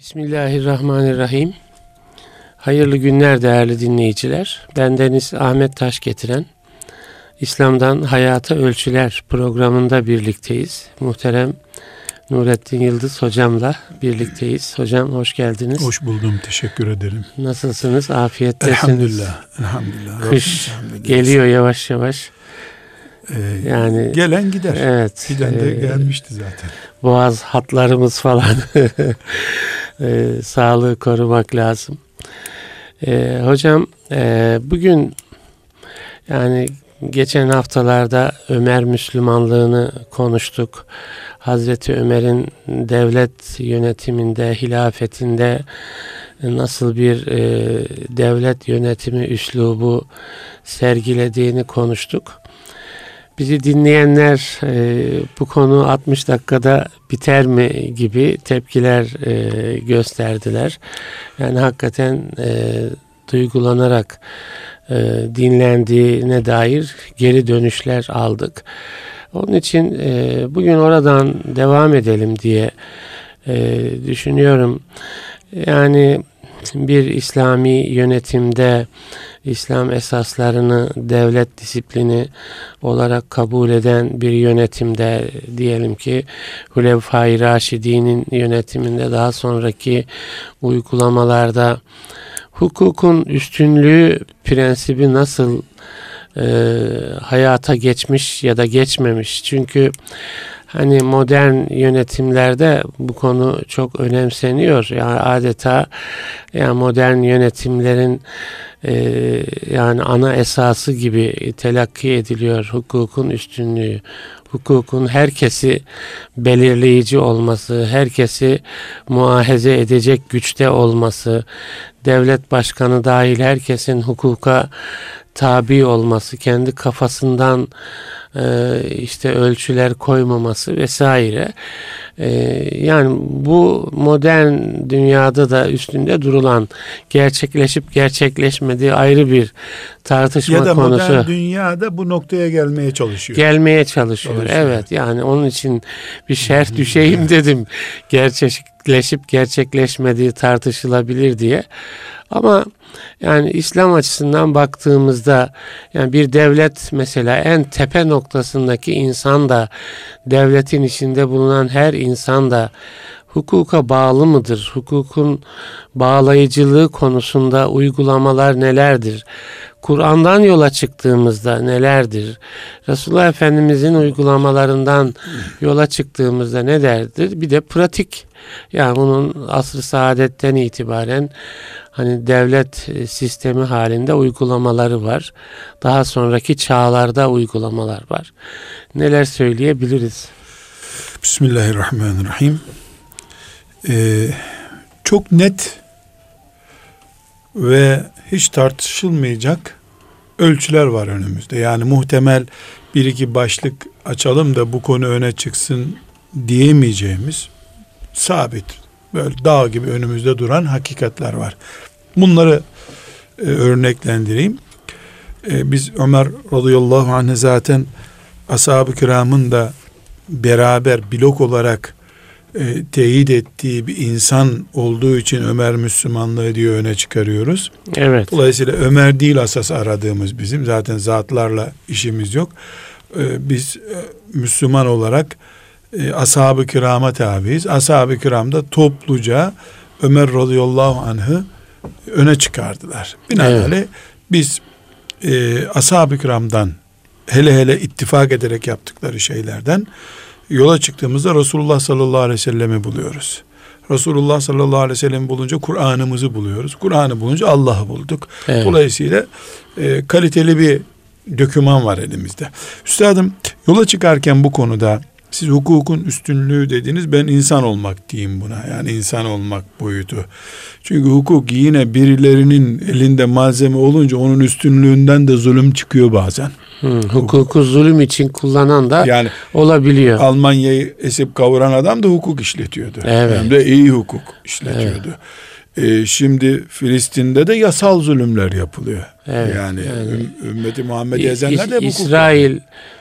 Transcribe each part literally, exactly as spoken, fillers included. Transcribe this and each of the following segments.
Bismillahirrahmanirrahim. Hayırlı günler değerli dinleyiciler. Bendeniz Ahmet Taş getiren İslam'dan Hayata Ölçüler programında birlikteyiz. Muhterem Nurettin Yıldız hocamla birlikteyiz. Hocam hoş geldiniz. Hoş buldum. Teşekkür ederim. Nasılsınız? Afiyettesiniz. Elhamdülillah. Elhamdülillah. Kış geliyor yavaş yavaş. Ee, yani gelen gider. Evet. Giden de e, gelmişti zaten. Boğaz hatlarımız falan e, sağlığı korumak lazım. E, hocam e, bugün yani geçen haftalarda Ömer Müslümanlığını konuştuk. Hazreti Ömer'in devlet yönetiminde, hilafetinde nasıl bir e, devlet yönetimi üslubu sergilediğini konuştuk. Bizi dinleyenler e, bu konu altmış dakikada biter mi gibi tepkiler e, gösterdiler. Yani hakikaten e, duygulanarak e, dinlendiğine dair geri dönüşler aldık. Onun için e, bugün oradan devam edelim diye e, düşünüyorum. Yani bir İslami yönetimde İslam esaslarını devlet disiplini olarak kabul eden bir yönetimde, diyelim ki Hulefai Raşidi'nin yönetiminde, daha sonraki uygulamalarda hukukun üstünlüğü prensibi nasıl e, hayata geçmiş ya da geçmemiş? Çünkü hani modern yönetimlerde bu konu çok önemseniyor. Yani adeta yani modern yönetimlerin e, yani ana esası gibi telakki ediliyor hukukun üstünlüğü. Hukukun herkesi belirleyici olması, herkesi muahaze edecek güçte olması, devlet başkanı dahil herkesin hukuka tabi olması, kendi kafasından e, işte ölçüler koymaması vesaire. E, yani bu modern dünyada da üstünde durulan, gerçekleşip gerçekleşmediği ayrı bir tartışma konusu. Ya da konusu. Modern dünyada bu noktaya gelmeye çalışıyor. Gelmeye çalışıyor. çalışıyor. Evet, yani onun için bir şerh düşeyim dedim. Gerçekleşip gerçekleşmediği tartışılabilir diye. Ama yani İslam açısından baktığımızda yani bir devlet, mesela en tepe noktasındaki insan da, devletin içinde bulunan her insan da hukuka bağlı mıdır? Hukukun bağlayıcılığı konusunda uygulamalar nelerdir? Kur'an'dan yola çıktığımızda nelerdir? Resulullah Efendimizin uygulamalarından yola çıktığımızda nelerdir? Bir de pratik, yani bunun asr-ı saadetten itibaren hani devlet sistemi halinde uygulamaları var. Daha sonraki çağlarda uygulamalar var. Neler söyleyebiliriz? Bismillahirrahmanirrahim. Ee, çok net ve hiç tartışılmayacak ölçüler var önümüzde. Yani muhtemel bir iki başlık açalım da bu konu öne çıksın diyemeyeceğimiz sabit, böyle dağ gibi önümüzde duran hakikatler var. Bunları e, örneklendireyim. E, biz Ömer radıyallahu anh zaten ashab-ı kiramın da beraber blok olarak e, teyit ettiği bir insan olduğu için Ömer Müslümanlığı diye öne çıkarıyoruz. Evet. Dolayısıyla Ömer değil asas aradığımız bizim. Zaten zatlarla işimiz yok. E, biz e, Müslüman olarak e, ashab-ı kirama tabiiz. Ashab-ı kiram da topluca Ömer radıyallahu anh'ı öne çıkardılar. Binaenaleyh evet. Biz e, ashab-ı kiramdan, hele hele ittifak ederek yaptıkları şeylerden yola çıktığımızda Resulullah sallallahu aleyhi ve sellem'i buluyoruz. Resulullah sallallahu aleyhi ve sellem'i bulunca Kur'an'ımızı buluyoruz. Kur'an'ı bulunca Allah'ı bulduk. Evet. Dolayısıyla e, kaliteli bir doküman var elimizde. Üstadım, yola çıkarken bu konuda siz hukukun üstünlüğü dediniz, ben insan olmak diyeyim buna. Yani insan olmak boyutu. Çünkü hukuk yine birilerinin elinde malzeme olunca onun üstünlüğünden de zulüm çıkıyor bazen. Hmm, hukuku zulüm için kullanan da yani olabiliyor. Almanya'yı esip kavuran adam da hukuk işletiyordu. Evet. Hem de iyi hukuk işletiyordu. Evet. Ee, şimdi Filistin'de de yasal zulümler yapılıyor. Evet, yani, yani ümmeti Muhammed ezenler de hukuk İsrail yapıyor.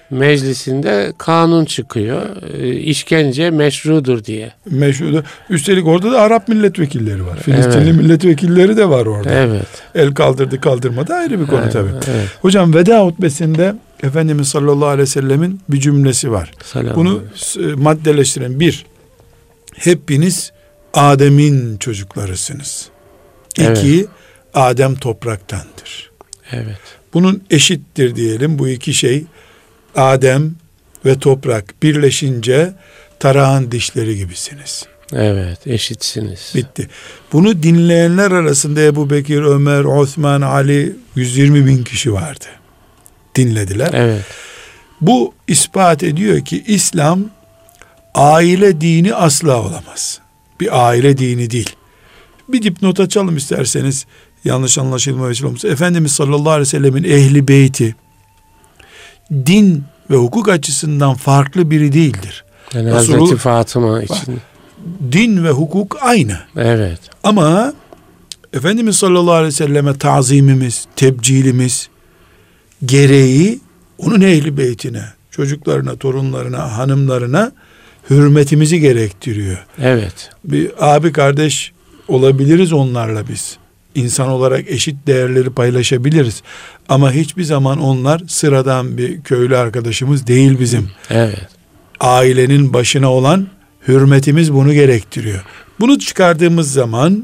meclisinde kanun çıkıyor. E, işkence meşrudur diye. Meşrudur. Üstelik orada da Arap milletvekilleri var. Filistinli Evet. milletvekilleri de var orada. Evet. El kaldırdı kaldırmadı ayrı bir konu Evet, tabii. evet. Hocam veda hutbesinde Efendimiz sallallahu aleyhi ve sellemin bir cümlesi var. Selam. Bunu e, maddeleştiren: bir, hepiniz Adem'in çocuklarısınız. Evet. İki, Adem topraktandır. Evet. Bunun eşittir diyelim. Bu iki şey, Adem ve toprak birleşince tarağın dişleri gibisiniz. Evet, eşitsiniz. Bitti. Bunu dinleyenler arasında Ebu Bekir, Ömer, Osman, Ali yüz yirmi bin kişi vardı. Dinlediler. Evet. Bu ispat ediyor ki İslam aile dini asla olamaz. Bir aile dini değil. Bir dipnot açalım isterseniz, yanlış anlaşılma vesile olmasın. Efendimiz sallallahu aleyhi ve sellemin ehli beyti din ve hukuk açısından farklı biri değildir. Yani Resulü- Hazreti Fatıma için. Din ve hukuk aynı. Evet. Ama Efendimiz sallallahu aleyhi ve selleme tazimimiz, tebcilimiz gereği onun ehli beytine, çocuklarına, torunlarına, hanımlarına hürmetimizi gerektiriyor. Evet. Bir abi kardeş olabiliriz onlarla biz. İnsan olarak eşit değerleri paylaşabiliriz. Ama hiçbir zaman onlar sıradan bir köylü arkadaşımız değil bizim. Evet. Ailenin başına olan hürmetimiz bunu gerektiriyor. Bunu çıkardığımız zaman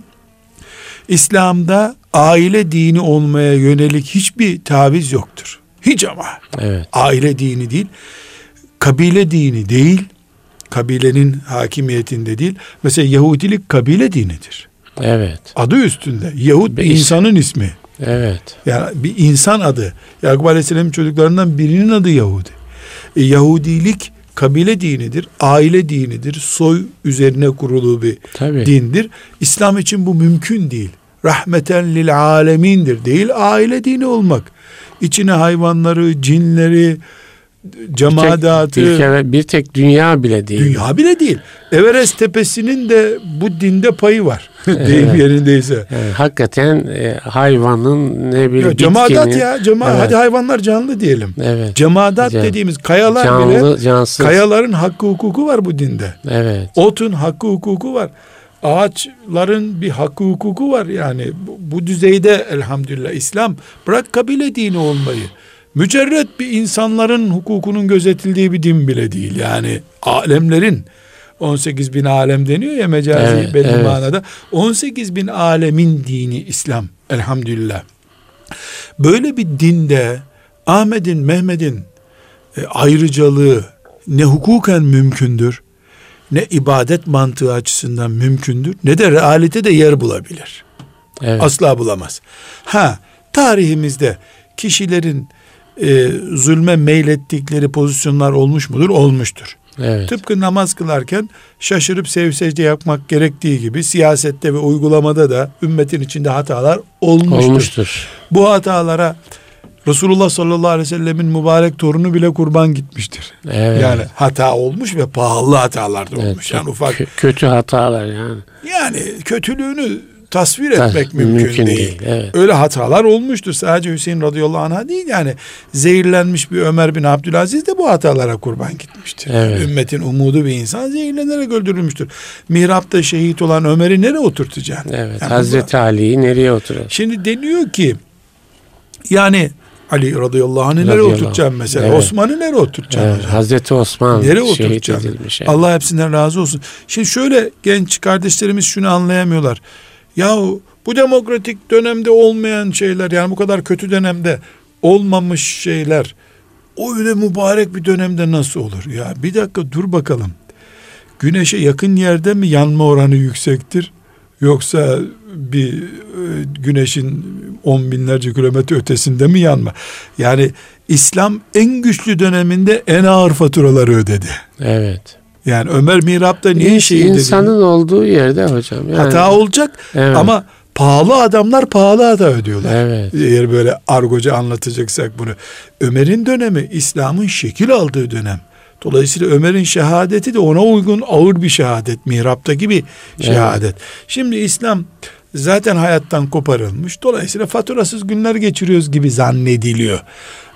İslam'da aile dini olmaya yönelik hiçbir taviz yoktur. Hiç ama. Evet. Aile dini değil, kabile dini değil, kabilenin hakimiyetinde değil. Mesela Yahudilik kabile dinidir. Evet. Adı üstünde. Yahud bir Beş. insanın ismi. Evet. Yani bir insan adı. Yakup Aleyhisselam'ın çocuklarından birinin adı Yahudi. E, Yahudilik kabile dinidir, aile dinidir, soy üzerine kurulu bir Tabii. dindir. İslam için bu mümkün değil. Rahmeten lil alemindir. Değil aile dini olmak. İçine hayvanları, cinleri, cemadatı, Bir, tek, bir, kere, bir tek dünya bile değil. dünya bile değil. Everest tepesinin de bu dinde payı var. Evet. Deyim yerindeyse. Yani hakikaten e, hayvanın ne bileyim Ya, cemaat bitkinin, ya, cema Evet. hadi hayvanlar canlı diyelim. Evet. Cemaat Can- dediğimiz kayalar Canlı, bile, cansız. kayaların hakkı hukuku var bu dinde. Evet. Otun hakkı hukuku var. Ağaçların bir hakkı hukuku var yani. Bu, bu düzeyde elhamdülillah İslam, bırak kabile dini olmayı, mücerret bir insanların hukukunun gözetildiği bir din bile değil. Yani alemlerin, on sekiz bin alem deniyor ya mecazi Evet, belli evet. manada. on sekiz bin alemin dini İslam elhamdülillah. Böyle bir dinde Ahmet'in, Mehmet'in e, ayrıcalığı ne hukuken mümkündür, ne ibadet mantığı açısından mümkündür, ne de realitede yer bulabilir. Evet. Asla bulamaz. Ha, tarihimizde kişilerin e, zulme meylettikleri pozisyonlar olmuş mudur? Olmuştur. Evet. Tıpkı namaz kılarken şaşırıp sev secde yapmak gerektiği gibi siyasette ve uygulamada da ümmetin içinde hatalar olmuştur. Olmuştur. Bu hatalara Resulullah sallallahu aleyhi ve sellemin mübarek torunu bile kurban gitmiştir. Evet. Yani hata olmuş ve pahalı hatalar da Evet, olmuş. Yani ufak kö- kötü hatalar yani. yani kötülüğünü tasvir Tas- etmek mümkün, mümkün değil. değil, evet. Öyle hatalar olmuştur. Sadece Hüseyin radıyallahu anh'a değil, yani zehirlenmiş bir Ömer bin Abdülaziz de bu hatalara kurban gitmiştir. Evet. Ümmetin umudu bir insan zehirlenerek öldürülmüştür. Mihrapta şehit olan Ömer'i nereye oturtacaksın? Evet. Yani Hazreti Ali'yi nereye oturur? şimdi deniyor ki yani Ali radıyallahu anh'ı nereye Radıyallahu oturtacaksın mesela? Evet. Osman'ı nereye oturtacaksın? Evet. hocam? Hazreti Osman Nereye şehit oturtacaksın? edilmiş. Evet. Allah hepsinden razı olsun. Şimdi şöyle, genç kardeşlerimiz şunu anlayamıyorlar. Yahu bu demokratik dönemde olmayan şeyler, yani bu kadar kötü dönemde olmamış şeyler o öyle mübarek bir dönemde nasıl olur? Ya bir dakika dur bakalım. Güneşe yakın yerde mi yanma oranı yüksektir? Yoksa bir e, güneşin on binlerce kilometre ötesinde mi yanma? Yani İslam en güçlü döneminde en ağır faturaları ödedi. Evet. Yani Ömer mihrapta niye İns- şehit edildi? İnsanın olduğu yerde hocam. Yani, Hata olacak evet. ama pahalı adamlar pahalı hata ödüyorlar. Evet. Eğer böyle argoca anlatacaksak bunu. Ömer'in dönemi İslam'ın şekil aldığı dönem. Dolayısıyla Ömer'in şehadeti de ona uygun ağır bir şehadet. Mihraptaki bir şehadet. Evet. Şimdi İslam zaten hayattan koparılmış. Dolayısıyla faturasız günler geçiriyoruz gibi zannediliyor.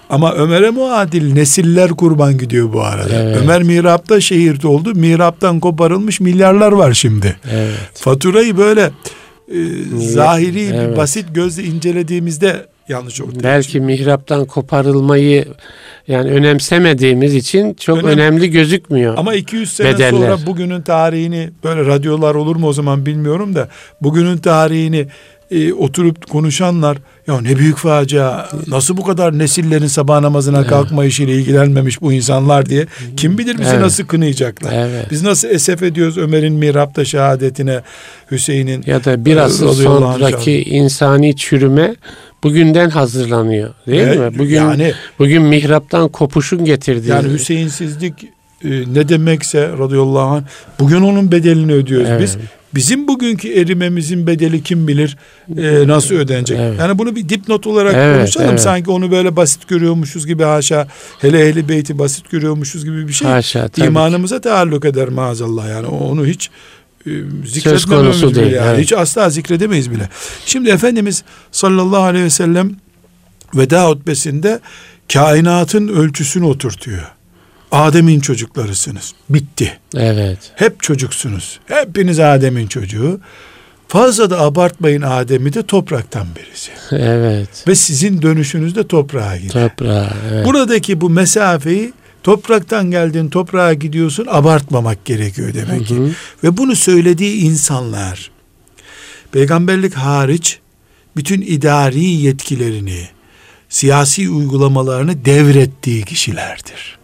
Ama Ömer'e muadil nesiller kurban gidiyor bu arada. Evet. Ömer mihrapta şehit oldu. Mihraptan koparılmış milyarlar var şimdi. Evet. Faturayı böyle e, zahiri evet. bir basit gözle incelediğimizde yanlış ortaya belki çıkıyor. mihraptan koparılmayı yani önemsemediğimiz için çok Önem- önemli gözükmüyor. Ama iki yüz sene bedeller. sonra bugünün tarihini, böyle radyolar olur mu o zaman bilmiyorum da, bugünün tarihini e, oturup konuşanlar, ya ne büyük facia, nasıl bu kadar nesillerin sabah namazına Evet. kalkma işiyle ilgilenmemiş bu insanlar diye, kim bilir bizi Evet. nasıl kınayacaklar. Evet. Biz nasıl esef ediyoruz Ömer'in mihrapta şehadetine, Hüseyin'in Ya da bir asır radıyallahu anh sonraki insani çürüme bugünden hazırlanıyor, değil Evet, mi? Bugün yani- bugün mihraptan kopuşun getirdiği. Yani Hüseyinsizlik e, ne demekse radıyallahu anh, bugün onun bedelini ödüyoruz Evet. biz. Bizim bugünkü erimemizin bedeli kim bilir e, nasıl ödenecek. Evet. Yani bunu bir dipnot olarak Evet, konuşalım. evet. Sanki onu böyle basit görüyormuşuz gibi, haşa, hele ehli beyti basit görüyormuşuz gibi bir şey. Haşa, tabii İmanımıza taalluk eder maazallah. Yani onu hiç e, Söz zikretmememiz konusu bile değil. yani. Evet. Hiç asla zikredemeyiz bile. Şimdi Efendimiz sallallahu aleyhi ve sellem veda hutbesinde kainatın ölçüsünü oturtuyor. Adem'in çocuklarısınız. Bitti. Evet. Hep çocuksunuz. Hepiniz Adem'in çocuğu. Fazla da abartmayın, Adem'i de topraktan birisi. Evet. Ve sizin dönüşünüz de toprağa gider. Toprağı. Evet. Buradaki bu mesafeyi, topraktan geldin toprağa gidiyorsun, abartmamak gerekiyor demek ki. Hı hı. Ve bunu söylediği insanlar, peygamberlik hariç bütün idari yetkilerini, siyasi uygulamalarını devrettiği kişilerdir.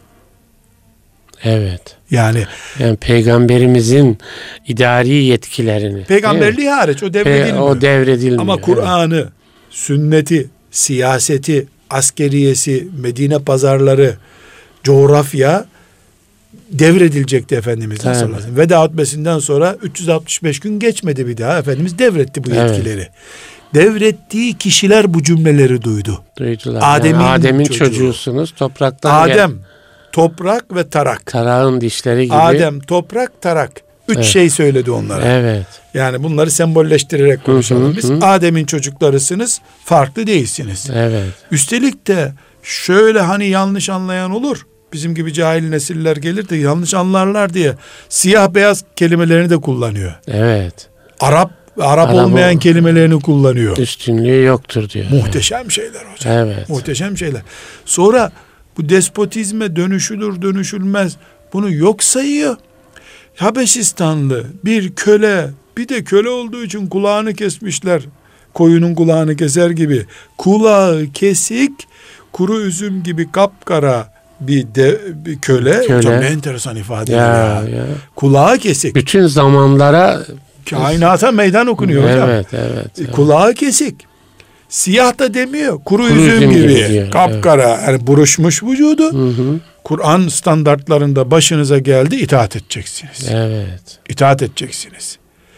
Evet. Yani Yani peygamberimizin idari yetkilerini. peygamberliği hariç o Pe- devredilmiyor. o devredilmiyor. Ama Evet. Kur'an'ı, sünneti, siyaseti, askeriyesi, Medine pazarları, coğrafya devredilecekti Efendimiz'in Tabii. sallallahu aleyhi ve sellem. Veda hutbesinden sonra üç yüz altmış beş gün geçmedi bir daha. Efendimiz devretti bu Evet. yetkileri. Devrettiği kişiler bu cümleleri duydu. Duydular. Adem'in Yani Adem'in çocuğu. çocuğusunuz. Topraktan gel- Adem, toprak ve tarak. Tarağın dişleri gibi. Adem, toprak, tarak. Üç Evet. şey söyledi onlara. Evet. Yani bunları sembolleştirerek konuşalım Hı hı, biz. hı. Adem'in çocuklarısınız, farklı değilsiniz. Evet. Üstelik de şöyle, hani yanlış anlayan olur. Bizim gibi cahil nesiller gelir de yanlış anlarlar diye siyah beyaz kelimelerini de kullanıyor. Evet. Arap Arap, Arap olmayan ol- kelimelerini kullanıyor. Üstünlüğü yoktur diyor. Muhteşem şeyler hocam. Evet. Muhteşem şeyler. Sonra bu despotizme dönüşülür dönüşülmez bunu yok sayıyor. Habeşistanlı bir köle, bir de köle olduğu için kulağını kesmişler. Koyunun kulağını keser gibi. Kulağı kesik, kuru üzüm gibi kapkara bir, de, bir köle. Köle. Hocam ne enteresan ifadeler Ya, ya. ya. Kulağı kesik. Bütün zamanlara Kainata meydan okunuyor hocam. evet, evet, evet. Kulağı kesik. Siyah da demiyor. Kuru, Kuru üzüm, üzüm gibi. gibi diyor, Kapkara. Yani buruşmuş vücudu. Hı hı. Kur'an standartlarında başınıza geldi, itaat edeceksiniz. Evet. İtaat edeceksiniz.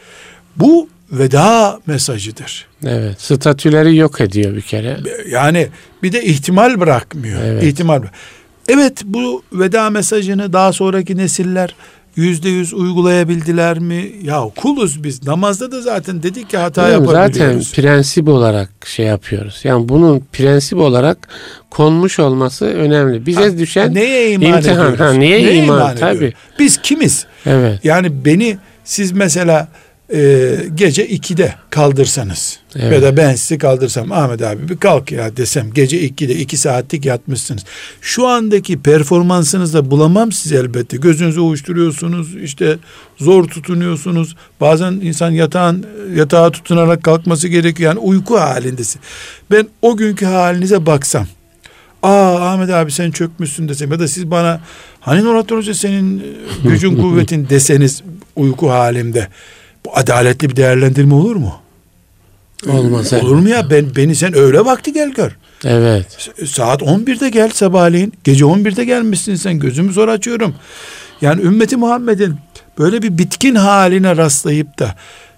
Bu veda mesajıdır. Evet. Statüleri yok ediyor bir kere. Yani bir de ihtimal bırakmıyor. Evet. İhtimal. Evet, bu veda mesajını daha sonraki nesiller yüzde yüz uygulayabildiler mi? Ya kuluz biz. Namazda da zaten dedik ki hata Zaten yapabiliyoruz. prensip olarak şey yapıyoruz. Yani bunun prensip olarak konmuş olması önemli. Bize Ha, düşen neye iman imtihan. ediyoruz? Ha, niye iman? Tabii. ediyoruz? Biz kimiz? Evet. Yani beni siz mesela e, gece ikide kaldırsanız Evet. ya da ben sizi kaldırsam, Ahmet abi bir kalk ya desem, gece ikide iki saatlik yatmışsınız. Şu andaki performansınızda bulamam sizi elbette. Gözünüzü uyuşturuyorsunuz, işte zor tutunuyorsunuz. Bazen insan yatağın yatağa tutunarak kalkması gerekiyor. Yani uyku halindesin. Ben o günkü halinize baksam, aa Ahmet abi sen çökmüşsün desem, ya da siz bana hani Nurattin Hoca senin gücün kuvvetin deseniz uyku halimde, bu adaletli bir değerlendirme olur mu? Olmaz. Olur mu ya? Ben beni sen öğle vakti gel gör. Evet. Saat on birde gel sabahleyin. Gece on birde gelmişsin sen. Gözümü zor açıyorum. Yani ümmeti Muhammed'in böyle bir bitkin haline rastlayıp da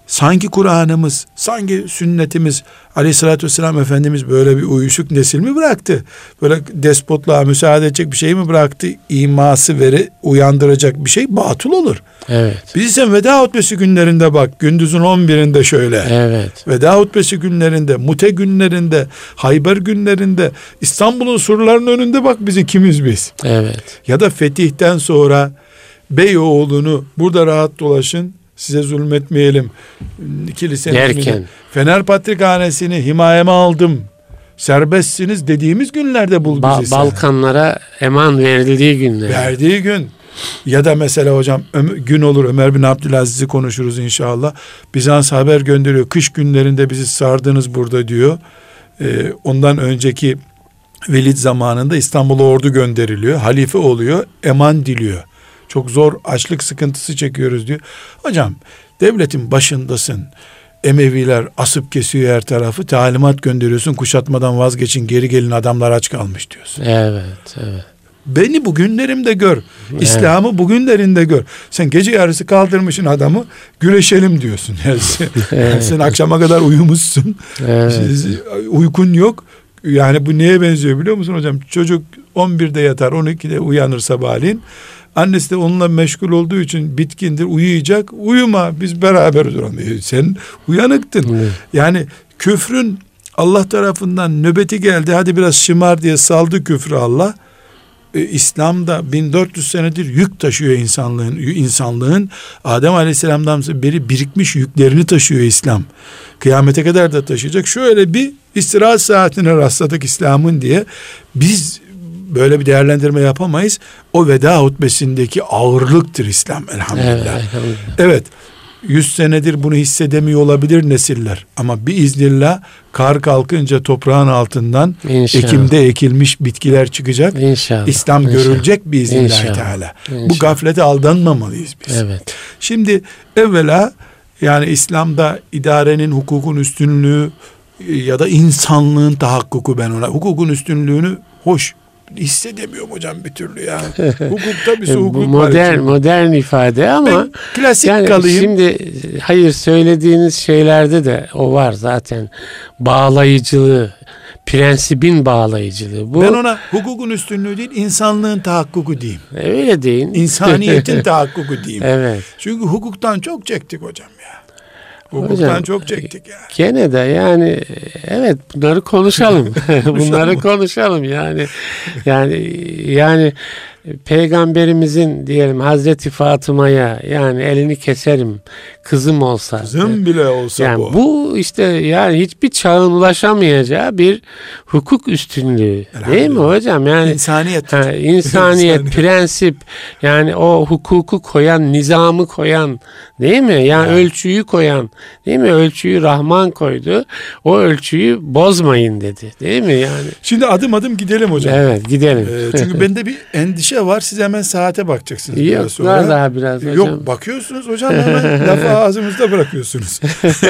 Sanki Kur'an'ımız, sanki sünnetimiz, Aleyhisselatü Vesselam Efendimiz böyle bir uyuşuk nesil mi bıraktı? Böyle despotluğa müsaade edecek bir şey mi bıraktı? İması veri uyandıracak bir şey batıl olur. Evet. Biz ise veda hutbesi günlerinde bak, gündüzün on birinde şöyle. Evet. Veda hutbesi günlerinde, Mute günlerinde, Hayber günlerinde, İstanbul'un surlarının önünde bak bizi kimiz biz. Evet. Ya da fetihten sonra Beyoğlu'nu burada rahat dolaşın, size zulmetmeyelim. Kilisenin derken, Fener Patrikhanesi'ni himayeme aldım, serbestsiniz dediğimiz günlerde bul ba- bizi. Balkanlara eman verildiği günler. Verdiği gün. Ya da mesela hocam Ömer, gün olur Ömer bin Abdülaziz'i konuşuruz inşallah. Bizans haber gönderiyor. Kış günlerinde bizi sardınız burada diyor. Ee, ondan önceki Velid zamanında İstanbul'a ordu gönderiliyor. Halife oluyor. Eman diliyor. Çok zor açlık sıkıntısı çekiyoruz diyor. Hocam devletin başındasın. Emeviler asıp kesiyor her tarafı. Talimat gönderiyorsun. Kuşatmadan vazgeçin, geri gelin, adamlar aç kalmış diyorsun. Evet, evet. Beni bugünlerimde gör. Evet. İslam'ı bugünlerinde gör. Sen gece yarısı kaldırmışsın adamı, güreşelim diyorsun. Yani sen, Evet. sen akşama kadar uyumuşsun. Evet. Uykun yok. Yani bu neye benziyor biliyor musun hocam? Çocuk on birde yatar, on ikide uyanır sabahleyin. Annesi de onunla meşgul olduğu için bitkindir, uyuyacak. Uyuma, biz beraber duralım. Sen uyanıktın. Evet. Yani küfrün Allah tarafından nöbeti geldi. Hadi biraz şımar diye saldı küfrü Allah. Ee, İslam'da bin dört yüz senedir yük taşıyor insanlığın. insanlığın Adem Aleyhisselam'dan beri birikmiş yüklerini taşıyor İslam. Kıyamete kadar da taşıyacak. Şöyle bir istirahat saatine rastladık İslam'ın diye. Biz böyle bir değerlendirme yapamayız. O veda hutbesindeki ağırlıktır İslam elhamdülillah. Evet, elhamdülillah. Evet. Yüz senedir bunu hissedemiyor olabilir nesiller. Ama biiznillah kar kalkınca toprağın altından İnşallah. Ekim'de ekilmiş bitkiler çıkacak. İnşallah. İslam İnşallah. görülecek biiznillah İnşallah. Teala. İnşallah. Bu gaflete aldanmamalıyız biz. Evet. Şimdi evvela yani İslam'da idarenin hukukun üstünlüğü ya da insanlığın tahakkuku, ben ona hukukun üstünlüğünü hoş hissedemiyorum hocam bir türlü ya. Hukukta bir soğukluk var. Modern modern ifade ama ben klasik yani kalayım. şimdi hayır söylediğiniz şeylerde de o var zaten, bağlayıcılığı, prensibin bağlayıcılığı. Bu Ben ona hukukun üstünlüğü değil, insanlığın tahakkuku diyeyim. öyle deyin. İnsaniyetin tahakkuku diyeyim. Evet. Çünkü hukuktan çok çektik hocam ya. Hukuktan Hocam, çok çektik ya. Gene de yani evet bunları konuşalım. bunları konuşalım yani. Yani yani Peygamberimizin diyelim Hazreti Fatıma'ya yani elini keserim kızım olsa. Kızım bile olsa yani bu. bu işte yani hiçbir çağın ulaşamayacağı bir hukuk üstünlüğü değil mi hocam? Yani İnsaniyet. Ha, insaniyet, prensip, yani o hukuku koyan, nizamı koyan değil mi? Yani Ha. ölçüyü koyan değil mi? Ölçüyü Rahman koydu. O ölçüyü bozmayın dedi. Değil mi yani? Şimdi adım adım gidelim hocam. Evet gidelim. Ee, çünkü bende bir endişe var. Siz hemen saate bakacaksınız. Yok biraz sonra. var daha biraz hocam. Yok bakıyorsunuz hocam, hemen lafı ağzımızda bırakıyorsunuz.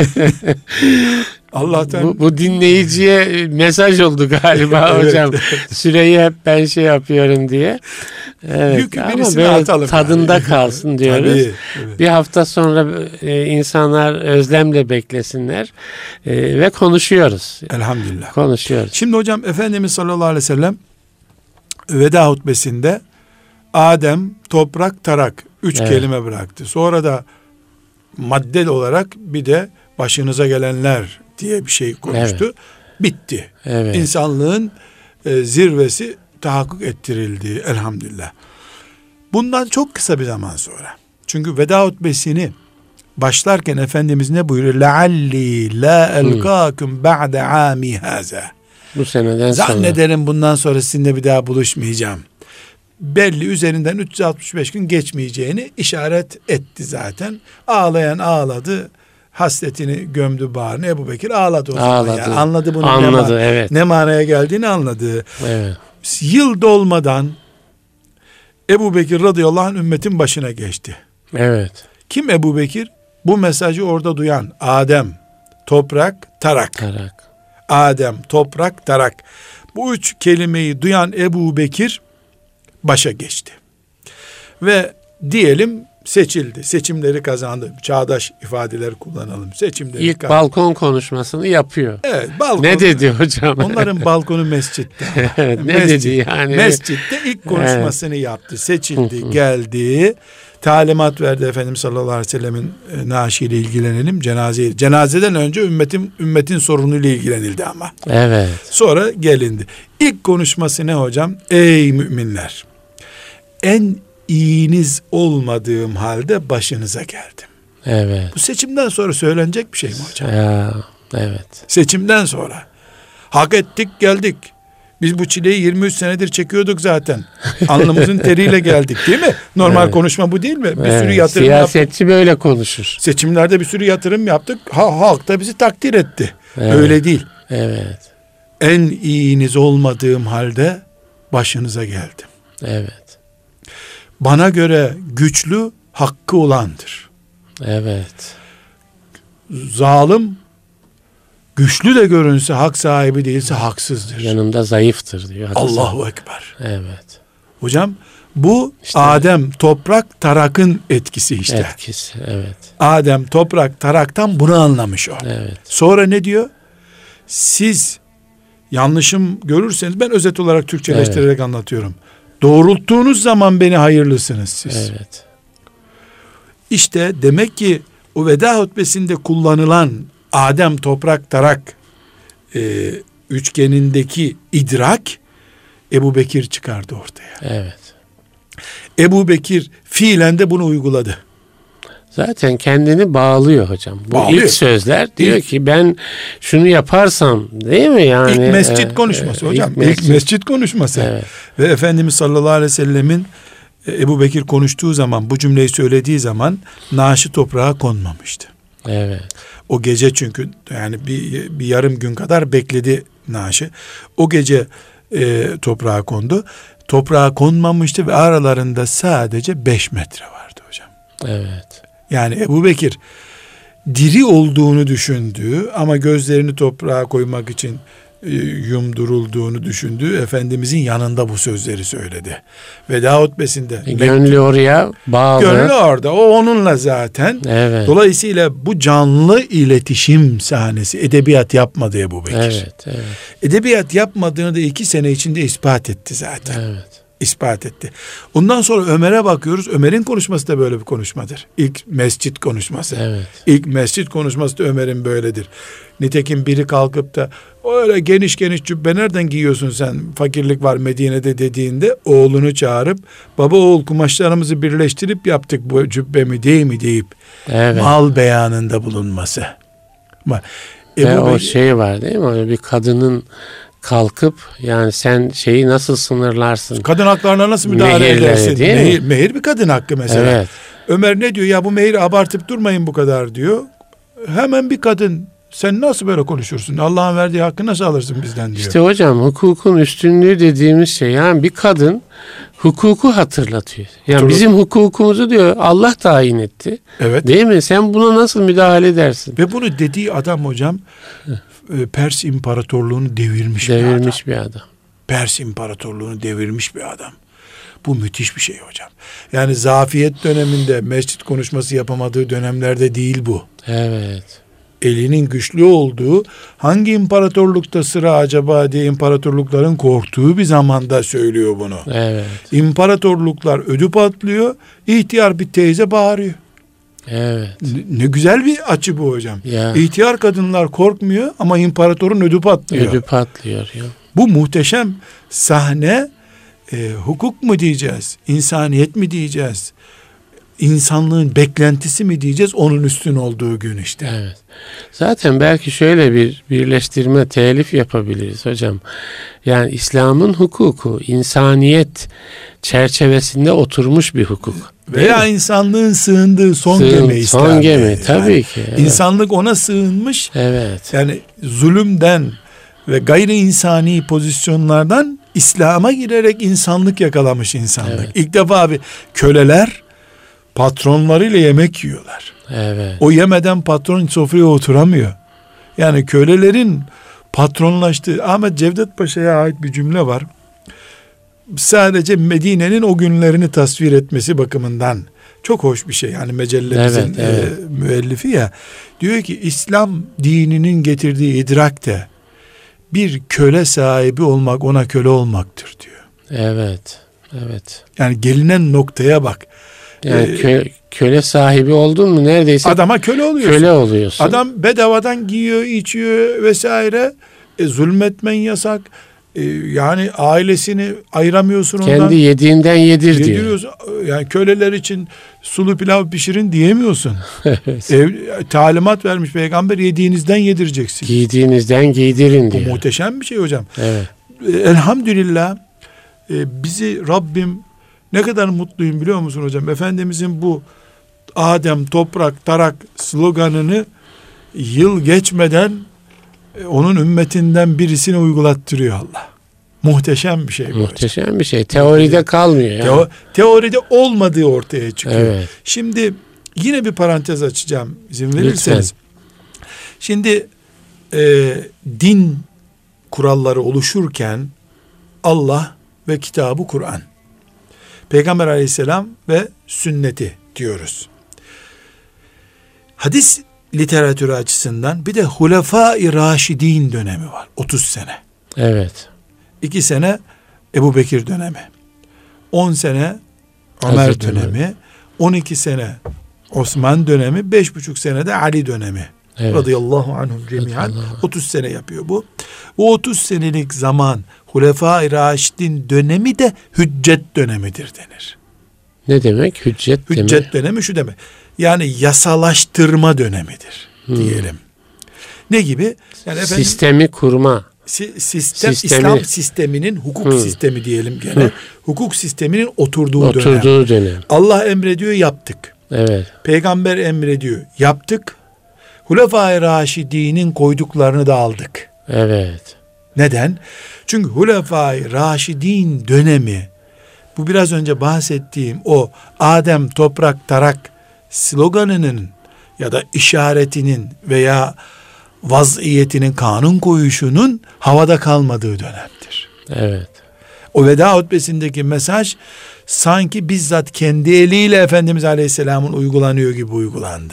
Allah'tan. Bu, bu dinleyiciye mesaj oldu galiba Evet. hocam. Süreyi hep ben şey yapıyorum diye. Evet. Yükü Ama birisine böyle atalım tadında yani. kalsın diyoruz. Tabii, evet. Bir hafta sonra e, insanlar özlemle beklesinler E, ve konuşuyoruz. Elhamdülillah. Konuşuyoruz. Şimdi hocam Efendimiz sallallahu aleyhi ve sellem veda hutbesinde Adem, toprak, tarak üç Evet. kelime bıraktı. Sonra da maddel olarak bir de başınıza gelenler diye bir şey konuştu. Evet. Bitti. Evet. İnsanlığın e, zirvesi tahakkuk ettirildi elhamdülillah. Bundan çok kısa bir zaman sonra. Çünkü veda hutbesini başlarken Efendimiz ne buyuruyor? لَعَلِّي لَا اَلْقَاكُمْ بَعْدَ عَامِ هَذَا. Bu seneden sonra. Zannederim bundan sonra sizinle bir daha buluşmayacağım. Belli üzerinden üç yüz altmış beş gün geçmeyeceğini işaret etti zaten. Ağlayan ağladı. Hasretini gömdü bağrına. Ebubekir ağladı o zaman. Ağladı. Yani. Anladı bunun Anladı, ne, ma- evet. ne manaya geldiğini anladı. Evet. Yıl dolmadan Ebubekir radıyallahu anh ümmetin başına geçti. Evet. Kim Ebubekir? Bu mesajı orada duyan Adem, toprak, tarak. Tarak. Adem, toprak, tarak. Bu üç kelimeyi duyan Ebubekir başa geçti. Ve diyelim seçildi. Seçimleri kazandı. Çağdaş ifadeler kullanalım. Seçimleri İlk kazandı. balkon konuşmasını yapıyor. Evet, balkon. Ne dedi hocam? Onların balkonu mescitte. Evet, ne Mescid, dedi yani? Mescitte ilk konuşmasını evet. yaptı. Seçildi, geldi. Talimat verdi Efendimiz sallallahu aleyhi ve sellemin e, naaşıyla ilgilenelim. Cenaze, cenazeden önce ümmetin ümmetin sorunuyla ilgilenildi ama. Evet. Sonra gelindi. İlk konuşması ne hocam? Ey müminler! En iyiniz olmadığım halde başınıza geldim. Evet. Bu seçimden sonra söylenecek bir şey mi hocam? Ya, evet. Seçimden sonra. Hak ettik, geldik. Biz bu çileyi yirmi üç senedir çekiyorduk zaten. Alnımızın teriyle geldik, değil mi? Normal evet. konuşma bu değil mi? Bir evet. sürü yatırım Siyasetçi yaptık. böyle konuşur. Seçimlerde bir sürü yatırım yaptık. Ha, halk da bizi takdir etti. Evet. Öyle değil. Evet. En iyiniz olmadığım halde başınıza geldim. Evet. Bana göre güçlü hakkı olandır. Evet. Zalim güçlü de görünse hak sahibi değilse haksızdır. Yanımda zayıftır diyor. Allahu Ekber. Evet. Hocam bu işte, Adem, toprak, tarakın etkisi işte. Etkisi, evet. Adem, toprak, taraktan bunu anlamış o. Evet. Sonra ne diyor? Siz yanlışım görürseniz, ben özet olarak Türkçeleştirerek evet. anlatıyorum. Doğrulttuğunuz zaman beni hayırlısınız siz. Evet. İşte demek ki o veda hutbesinde kullanılan Adem, toprak, tarak e, üçgenindeki idrak Ebu Bekir çıkardı ortaya. Evet. Ebu Bekir fiilen de bunu uyguladı. Zaten kendini bağlıyor hocam. Bu bağlıyor. ilk sözler diyor ilk, ki ben şunu yaparsam, değil mi yani? İlk mescit konuşması e, hocam. İlk mescit, ilk mescit konuşması. Evet. Ve Efendimiz sallallahu aleyhi ve sellemin Ebu Bekir konuştuğu zaman, bu cümleyi söylediği zaman naaşı toprağa konmamıştı. Evet. O gece çünkü yani bir, bir yarım gün kadar bekledi naaşı. O gece e, toprağa kondu. Toprağa konmamıştı ve aralarında sadece beş metre vardı hocam. Evet. Yani Ebu Bekir diri olduğunu düşündüğü ama gözlerini toprağa koymak için e, yumdurulduğunu düşündüğü Efendimizin yanında bu sözleri söyledi. Veda hutbesinde. E, gönlü oraya bağlı. Gönlü orada. O onunla zaten. Evet. Dolayısıyla bu canlı iletişim sahnesi. Edebiyat yapmadı Ebu Bekir. Evet, evet. Edebiyat yapmadığını da iki sene içinde ispat etti zaten. Evet. İspat etti. Ondan sonra Ömer'e bakıyoruz. Ömer'in konuşması da böyle bir konuşmadır. İlk mescit konuşması. Evet. İlk mescit konuşması da Ömer'in böyledir. Nitekim biri kalkıp da öyle geniş geniş cübbe nereden giyiyorsun sen? Fakirlik var Medine'de dediğinde oğlunu çağırıp baba oğul kumaşlarımızı birleştirip yaptık bu cübbemi değil mi deyip evet. mal beyanında bulunması. Ama Ve Ebu o Bey, şey var değil mi? Öyle bir kadının kalkıp yani sen şeyi nasıl sınırlarsın? Kadın haklarına nasıl müdahale Mehirleri, edersin? Mehir, mehir bir kadın hakkı mesela. Evet. Ömer ne diyor? Ya bu mehir abartıp durmayın bu kadar diyor. Hemen bir kadın sen nasıl böyle konuşursun? Allah'ın verdiği hakkı nasıl alırsın bizden diyor. İşte hocam hukukun üstünlüğü dediğimiz şey yani bir kadın hukuku hatırlatıyor. Yani Hatırlat. bizim hukukumuzu diyor Allah tayin etti. Evet. Değil mi? Sen buna nasıl müdahale edersin? Ve bunu dediği adam hocam Pers İmparatorluğunu devirmiş, devirmiş bir, bir adam. adam. Pers İmparatorluğunu devirmiş bir adam. Bu müthiş bir şey hocam. Yani zafiyet döneminde mescit konuşması yapamadığı dönemlerde değil bu. Evet. Elinin güçlü olduğu, hangi imparatorlukta sıra acaba diye imparatorlukların korktuğu bir zamanda söylüyor bunu. Evet. İmparatorluklar ödü patlıyor, ihtiyar bir teyze bağırıyor. Evet. Ne, ne güzel bir açı bu hocam. Ya. İhtiyar kadınlar korkmuyor ama imparatorun ödü patlıyor. Ödü patlıyor. Ya. Bu muhteşem sahne e, hukuk mu diyeceğiz? İnsaniyet mi diyeceğiz? İnsanlığın beklentisi mi diyeceğiz? Onun üstün olduğu gün işte. Evet. Zaten belki şöyle bir birleştirme, telif yapabiliriz hocam. Yani İslam'ın hukuku, insaniyet çerçevesinde oturmuş bir hukuk. Veya insanlığın sığındığı son Sığın, gemi İslam. Son gemi tabii yani ki. Evet. İnsanlık ona sığınmış. Evet. Yani zulümden ve gayri insani pozisyonlardan İslam'a girerek insanlık yakalamış insanlık. Evet. İlk defa abi köleler patronlarıyla yemek yiyorlar. Evet. O yemeden patron sofraya oturamıyor. Yani kölelerin patronlaştığı, Ahmet Cevdet Paşa'ya ait bir cümle var. sadece Medine'nin o günlerini tasvir etmesi bakımından çok hoş bir şey. Yani mecellemizin evet, evet. E, müellifi ya, diyor ki İslam dininin getirdiği idrakte bir köle sahibi olmak ona köle olmaktır diyor. Evet. Evet. Yani gelinen noktaya bak. Yani ee, kö, köle sahibi oldun mu neredeyse adama köle oluyorsun. Köle oluyorsun. Adam bedavadan giyiyor, içiyor vesaire. E, zulmetmen yasak. E, yani ailesini ayıramıyorsun ondan. Kendi yediğinden yedir diyor. Yani köleler için sulu pilav pişirin diyemiyorsun. Evet. Ev, talimat vermiş peygamber, yediğinizden yedireceksin. Giydiğinizden giydirin diyor. Bu muhteşem bir şey hocam. Evet. E, elhamdülillah e, bizi Rabbim, ne kadar mutluyum biliyor musun hocam? Efendimizin bu Adem, toprak, tarak sloganını yıl geçmeden e, onun ümmetinden birisine uygulattırıyor Allah. Muhteşem bir şey. Muhteşem hocam. Bir şey. Teoride kalmıyor. Yani. Teo, teoride olmadığı ortaya çıkıyor. Evet. Şimdi yine bir parantez açacağım izin verirseniz. Lütfen. Şimdi e, din kuralları oluşurken Allah ve kitabı Kur'an, Peygamber aleyhisselam ve sünneti diyoruz. Hadis literatürü açısından bir de Hulefâ-i Raşidîn dönemi var. otuz sene. Evet. iki sene Ebu Bekir dönemi. on sene Ömer Hazreti dönemi. Ömer. on iki sene Osman dönemi. beş buçuk sene de Ali dönemi. Evet. Radıyallahu anhum cemiyan. otuz sene yapıyor bu. Bu otuz senelik zaman Hulefâ-i Raşidîn dönemi de hüccet dönemidir denir. Ne demek hüccet, hüccet demek? dönemi şu demek. Yani yasalaştırma dönemidir hmm. diyelim. Ne gibi? Yani efendim, sistemi kurma. Si, sistem sistemi. İslam sisteminin hukuk hmm. sistemi diyelim gene. Hmm. Hukuk sisteminin oturduğu, oturduğu dönem. dönem. Allah emrediyor, yaptık. Evet. Peygamber emrediyor, yaptık. Hulefâ-i Raşidî'nin koyduklarını da aldık. Evet. Neden? Çünkü Hulefâ-i Raşidîn dönemi, bu biraz önce bahsettiğim o Adem, toprak, tarak sloganının ya da işaretinin veya vaziyetinin, kanun koyuşunun havada kalmadığı dönemdir. Evet. O veda hutbesindeki mesaj sanki bizzat kendi eliyle Efendimiz Aleyhisselam'ın uygulanıyor gibi uygulandı.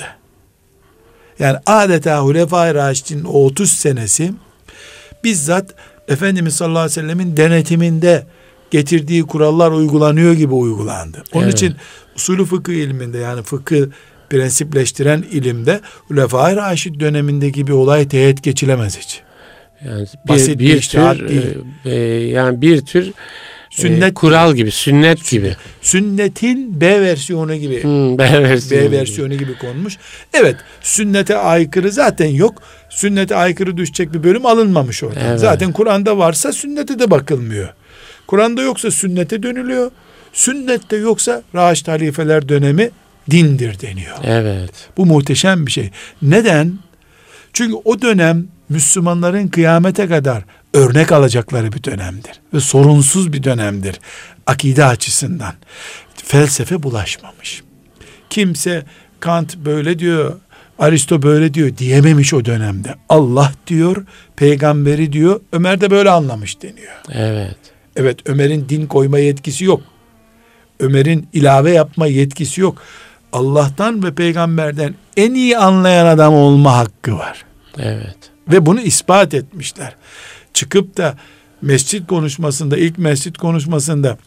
Yani adeta Hulefâ-i Raşidîn o otuz senesi bizzat Efendimiz sallallahu aleyhi ve sellemin denetiminde getirdiği kurallar uygulanıyor gibi uygulandı. Onun evet. için usulü fıkıh ilminde, yani fıkıh prensipleştiren ilimde Hulefâ-i Raşid dönemindeki bir olay teğet geçilemez hiç. Yani bir, Basit bir, bir tür değil. E, yani bir tür sünnet e, kural gibi, sünnet, sünnet gibi. Sünnetin B versiyonu gibi. Hmm, B versiyonu, B versiyonu gibi. gibi konmuş. Evet, sünnete aykırı zaten yok. Sünnete aykırı düşecek bir bölüm alınmamış orada. Evet. Zaten Kur'an'da varsa sünnete de bakılmıyor. Kur'an'da yoksa sünnete dönülüyor. Sünnette yoksa Raşid halifeler dönemi dindir deniyor. Evet. Bu muhteşem bir şey. Neden? Çünkü o dönem Müslümanların kıyamete kadar örnek alacakları bir dönemdir. Ve sorunsuz bir dönemdir. Akide açısından. Felsefe bulaşmamış. Kimse Kant böyle diyor, Aristo böyle diyor diyememiş o dönemde. Allah diyor, peygamberi diyor, Ömer de böyle anlamış deniyor. Evet. Evet, Ömer'in din koyma yetkisi yok. Ömer'in ilave yapma yetkisi yok. Allah'tan ve peygamberden en iyi anlayan adam olma hakkı var. Evet. Ve bunu ispat etmişler. Çıkıp da mescit konuşmasında, ilk mescit konuşmasında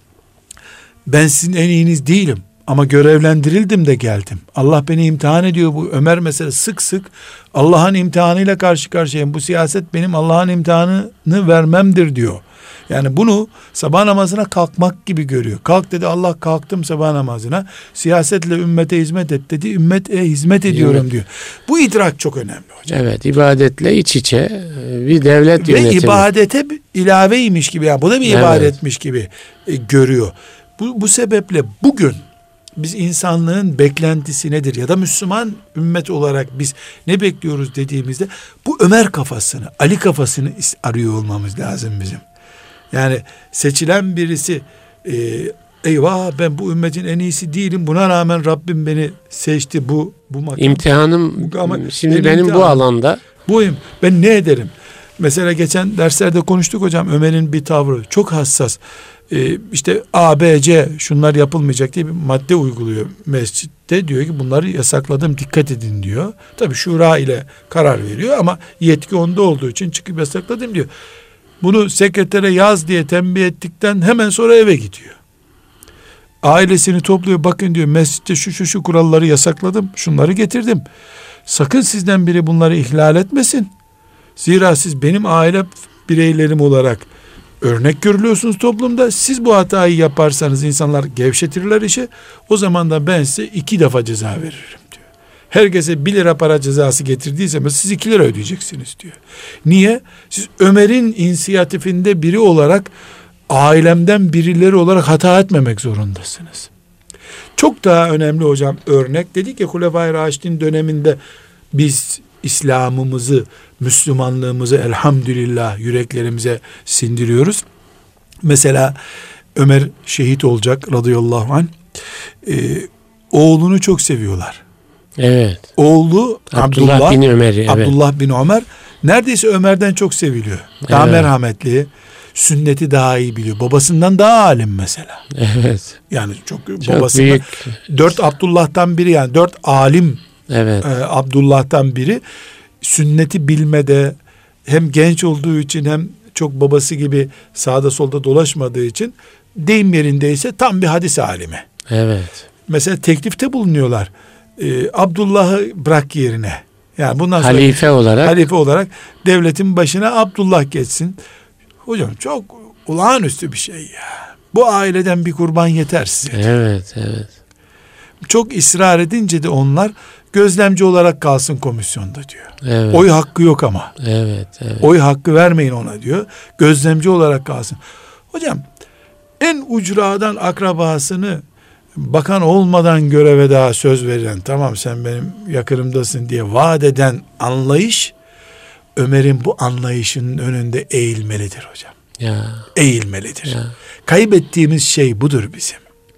ben sizin en iyiniz değilim ama görevlendirildim de geldim. Allah beni imtihan ediyor. Bu Ömer mesela sık sık Allah'ın imtihanıyla karşı karşıyayım. Bu siyaset benim Allah'ın imtihanını vermemdir diyor. Yani bunu sabah namazına kalkmak gibi görüyor. Kalk dedi Allah, kalktım sabah namazına. Siyasetle ümmete hizmet et dedi. Ümmete hizmet ediyorum evet. diyor. Bu idrak çok önemli hocam. Evet, ibadetle iç içe bir devlet yönetimi. Ve ibadete ilaveymiş gibi, yani bu da bir evet. ibadetmiş gibi e, görüyor. Bu, bu sebeple bugün biz insanlığın beklentisi nedir ya da Müslüman ümmet olarak biz ne bekliyoruz dediğimizde bu Ömer kafasını, Ali kafasını arıyor olmamız lazım bizim. Yani seçilen birisi e, eyvah ben bu ümmetin en iyisi değilim, buna rağmen Rabbim beni seçti, bu bu makam. İmtihanım bu, ama, şimdi benim, benim imtihanım, bu alanda. Buyum, ben ne ederim? Mesela geçen derslerde konuştuk hocam, Ömer'in bir tavrı çok hassas. Ee, işte A, B, C şunlar yapılmayacak diye bir madde uyguluyor mescitte. Diyor ki bunları yasakladım, dikkat edin diyor. Tabii şura ile karar veriyor ama yetki onda olduğu için çıkıp yasakladım diyor. Bunu sekretere yaz diye tembih ettikten hemen sonra eve gidiyor. Ailesini topluyor, bakın diyor mescitte şu şu şu kuralları yasakladım, şunları getirdim. Sakın sizden biri bunları ihlal etmesin. Zira siz benim aile bireylerim olarak örnek görülüyorsunuz toplumda. Siz bu hatayı yaparsanız insanlar gevşetirler işi. O zaman da ben size iki defa ceza veririm diyor. Herkese bir lira para cezası getirdiysem siz iki lira ödeyeceksiniz diyor. Niye? Siz Ömer'in inisiyatifinde biri olarak, ailemden birileri olarak hata etmemek zorundasınız. Çok daha önemli hocam örnek, dedik ya Hulefai Raşidin döneminde biz İslam'ımızı, Müslümanlığımızı elhamdülillah yüreklerimize sindiriyoruz. Mesela Ömer şehit olacak radıyallahu anh. Ee, oğlunu çok seviyorlar. Evet. Oğlu Abdullah, Abdullah bin Ömer. Evet. Abdullah bin Ömer neredeyse Ömer'den çok seviliyor. Daha evet. merhametli, sünneti daha iyi biliyor. Babasından daha alim mesela. Evet. Yani çok, çok babasından büyük. Dört Abdullah'tan biri, yani dört alim evet. e, Abdullah'tan biri. Sünneti bilmede, hem genç olduğu için hem çok babası gibi sağda solda dolaşmadığı için, deyim yerindeyse tam bir hadis alimi. Evet. Mesela teklifte bulunuyorlar. Ee, Abdullah'ı bırak yerine. Yani bundan sonra halife olarak halife olarak devletin başına Abdullah geçsin. Hocam çok olağanüstü bir şey ya. Bu aileden bir kurban yeter size. Evet, evet. Çok ısrar edince de onlar gözlemci olarak kalsın komisyonda diyor. Evet. Oy hakkı yok ama. Evet, evet. Oy hakkı vermeyin ona diyor. Gözlemci olarak kalsın. Hocam en ucradan akrabasını bakan olmadan göreve daha söz veren, tamam sen benim yakınımdasın diye vaat eden anlayış, Ömer'in bu anlayışının önünde eğilmelidir hocam. Ya. Eğilmelidir. Ya. Kaybettiğimiz şey budur bizim.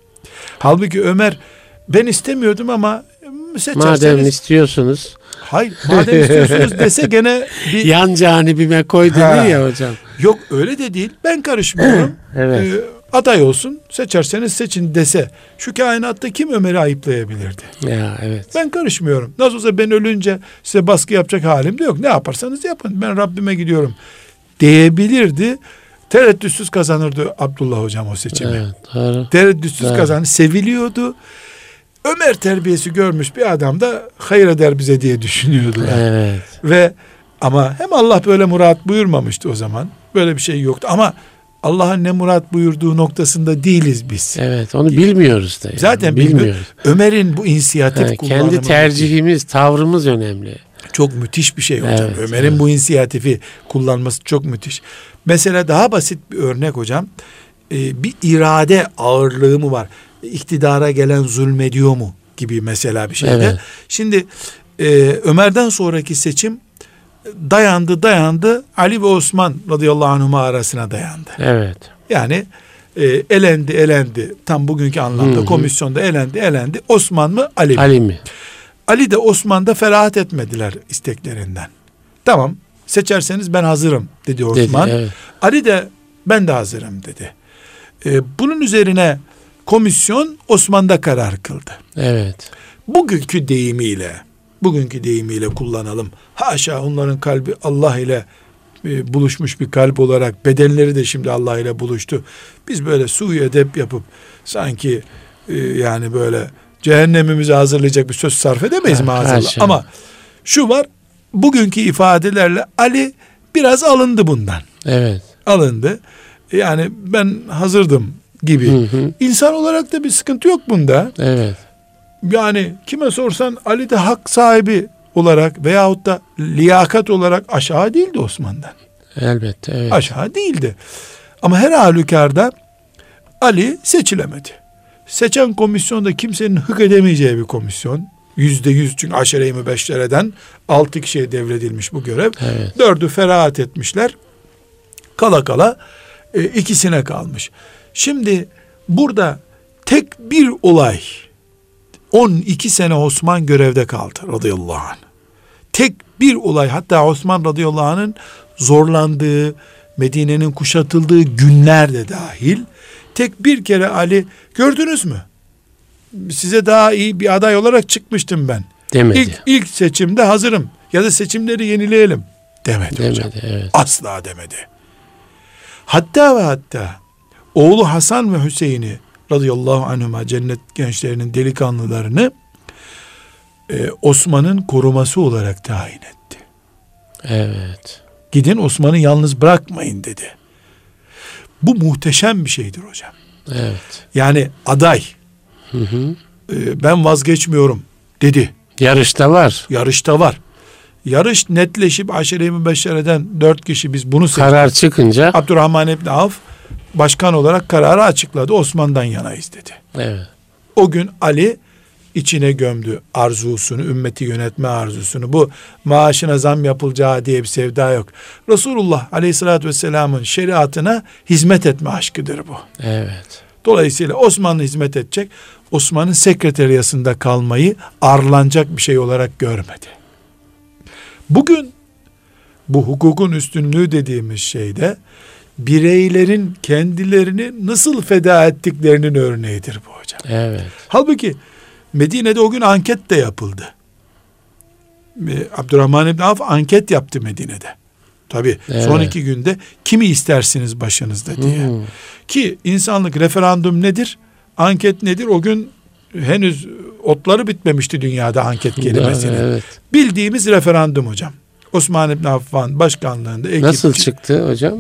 Halbuki Ömer, ben istemiyordum ama seçerseniz. Madem istiyorsunuz. Hayır, madem istiyorsunuz dese gene bir. Yan canibime koy dedi ya hocam. Yok öyle de değil. Ben karışmıyorum. Evet. Ee, aday olsun, seçerseniz seçin dese, şu kainatta kim Ömer'i ayıplayabilirdi? Ya evet. Ben karışmıyorum. Nasıl olsa ben ölünce size baskı yapacak halim de yok. Ne yaparsanız yapın. Ben Rabbime gidiyorum diyebilirdi. Tereddütsüz kazanırdı Abdullah hocam o seçimi. Evet, doğru. Tereddütsüz doğru. kazanır. Seviliyordu. Ömer terbiyesi görmüş bir adam da hayır eder bize diye düşünüyordu. Evet. Ve ama hem Allah böyle murat buyurmamıştı o zaman. Böyle bir şey yoktu ama Allah'ın ne murat buyurduğu noktasında değiliz biz. Evet, onu bilmiyoruz da. Yani. Zaten bilmiyoruz. Ömer'in bu inisiyatif Ha, kullanımı, kendi tercihimiz, tavrımız önemli. çok müthiş bir şey hocam. Evet, Ömer'in evet. bu inisiyatifi kullanması çok müthiş. Mesela daha basit bir örnek hocam. Ee, bir irade ağırlığı mı var? İktidara gelen zulmediyor mu gibi mesela bir şeyde. Evet. Şimdi e, Ömer'den sonraki seçim dayandı dayandı Ali ve Osman radıyallahu anhuma arasına dayandı. Evet. Yani e, elendi elendi tam bugünkü anlamda, Hı hı. komisyonda elendi elendi. Osman mı Ali mi? Ali mi? Ali de Osman da ferahat etmediler isteklerinden. Tamam, seçerseniz ben hazırım dedi Osman. Dedi, evet. Ali de ben de hazırım dedi. Ee, bunun üzerine komisyon Osman'da karar kıldı. Evet. Bugünkü deyimiyle, bugünkü deyimiyle kullanalım. Haşa onların kalbi Allah ile e, buluşmuş bir kalp olarak, bedenleri de şimdi Allah ile buluştu. Biz böyle suyu edep yapıp sanki e, yani böyle cehennemimizi hazırlayacak bir söz sarf edemeyiz Ha, maazallah. haşa. Ama şu var, bugünkü ifadelerle Ali biraz alındı bundan. Evet. Alındı. Yani ben hazırdım gibi. Hı hı. İnsan olarak da bir sıkıntı yok bunda. Evet. Yani kime sorsan Ali de hak sahibi olarak veyahut da liyakat olarak aşağı değildi Osman'dan. Elbette. Evet. Aşağı değildi. Ama her halükarda Ali seçilemedi. Seçen komisyon da kimsenin hık edemeyeceği bir komisyon. Yüzde yüz, çünkü aşere-i mübeşşereden altı kişiye devredilmiş bu görev. Evet. Dördü ferahat etmişler. Kala kala e, ikisine kalmış. Şimdi burada tek bir olay, on iki sene Osman görevde kaldı radıyallahu anh. tek bir olay, hatta Osman radıyallahu anh'ın zorlandığı, Medine'nin kuşatıldığı günler de dahil, tek bir kere Ali, gördünüz mü? Size daha iyi bir aday olarak çıkmıştım ben. Demedi. İlk, ilk seçimde hazırım. Ya da seçimleri yenileyelim. Demedi, demedi hocam. Evet. Asla demedi. Hatta ve hatta oğlu Hasan ve Hüseyin'i radıyallahu anhuma, cennet gençlerinin delikanlılarını e, Osman'ın koruması olarak tayin etti. Evet. Gidin Osman'ı yalnız bırakmayın dedi. Bu muhteşem bir şeydir hocam. Evet. Yani aday, Hı hı. e, ben vazgeçmiyorum dedi. Yarışta var. Yarışta var. Yarış netleşip aşire-i mübeşşereden dört kişi biz bunu seçtik. Karar çıkınca Abdurrahman İbni Avf başkan olarak kararı açıkladı. Osman'dan yanayız dedi. evet. O gün Ali içine gömdü arzusunu, ümmeti yönetme arzusunu. Bu maaşına zam yapılacağı diye bir sevda yok. Resulullah Aleyhisselatü Vesselam'ın şeriatına hizmet etme aşkıdır bu. Evet. Dolayısıyla Osmanlı hizmet edecek. Osman'ın sekreteriyasında kalmayı arlanacak bir şey olarak görmedi. Bugün bu hukukun üstünlüğü dediğimiz şeyde bireylerin kendilerini nasıl feda ettiklerinin örneğidir bu hocam. Evet. Halbuki Medine'de o gün anket de yapıldı. Abdurrahman İbni Avf anket yaptı Medine'de. Tabii evet. son iki günde kimi istersiniz başınızda diye. Hmm. Ki insanlık referandum nedir? Anket nedir? O gün henüz otları bitmemişti dünyada anket kelimesinin. Evet. Bildiğimiz referandum hocam. Osman İbni Affan başkanlığında ekip. Nasıl çıktı hocam?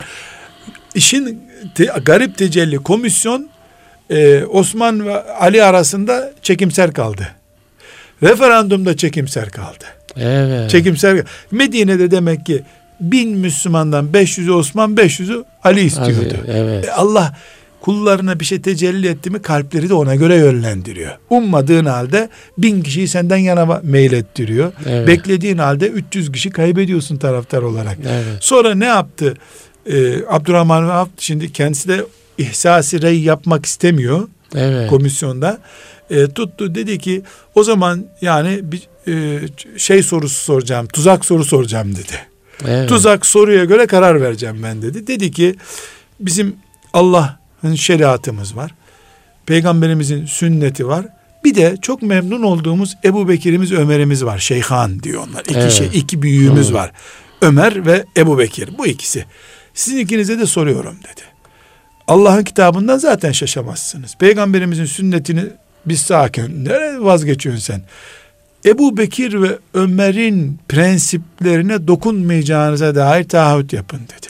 İşin te, garip tecelli komisyon e, Osman ve Ali arasında çekimser kaldı. Referandumda çekimser kaldı. Evet. Çekimser. Medine'de demek ki bin Müslümandan beş yüzü Osman, beş yüzü Ali istiyordu. Evet. E, Allah kullarına bir şey tecelli etti mi kalpleri de ona göre yönlendiriyor. Ummadığın halde bin kişiyi senden yana meylettiriyor. Evet. Beklediğin halde üç yüz kişi kaybediyorsun taraftar olarak. Evet. Sonra ne yaptı? Ee, Abdurrahman ve Avf şimdi kendisi de ihsas-ı rey yapmak istemiyor. Evet. Komisyonda. E, tuttu dedi ki o zaman yani bir e, şey sorusu soracağım, tuzak soru soracağım dedi. Evet. Tuzak soruya göre karar vereceğim ben dedi. Dedi ki bizim Allah'ın şeriatımız var. Peygamberimizin sünneti var. Bir de çok memnun olduğumuz Ebu Bekir'imiz, Ömer'imiz var. Şeyhan diyor onlar. İki evet. şey, iki büyüğümüz hmm. var. Ömer ve Ebu Bekir. Bu ikisi. Sizin ikinize de soruyorum dedi. Allah'ın kitabından zaten şaşamazsınız. Peygamberimizin sünnetini biz sakin. Nereye vazgeçiyorsun sen? Ebu Bekir ve Ömer'in prensiplerine dokunmayacağınıza dair taahhüt yapın dedi.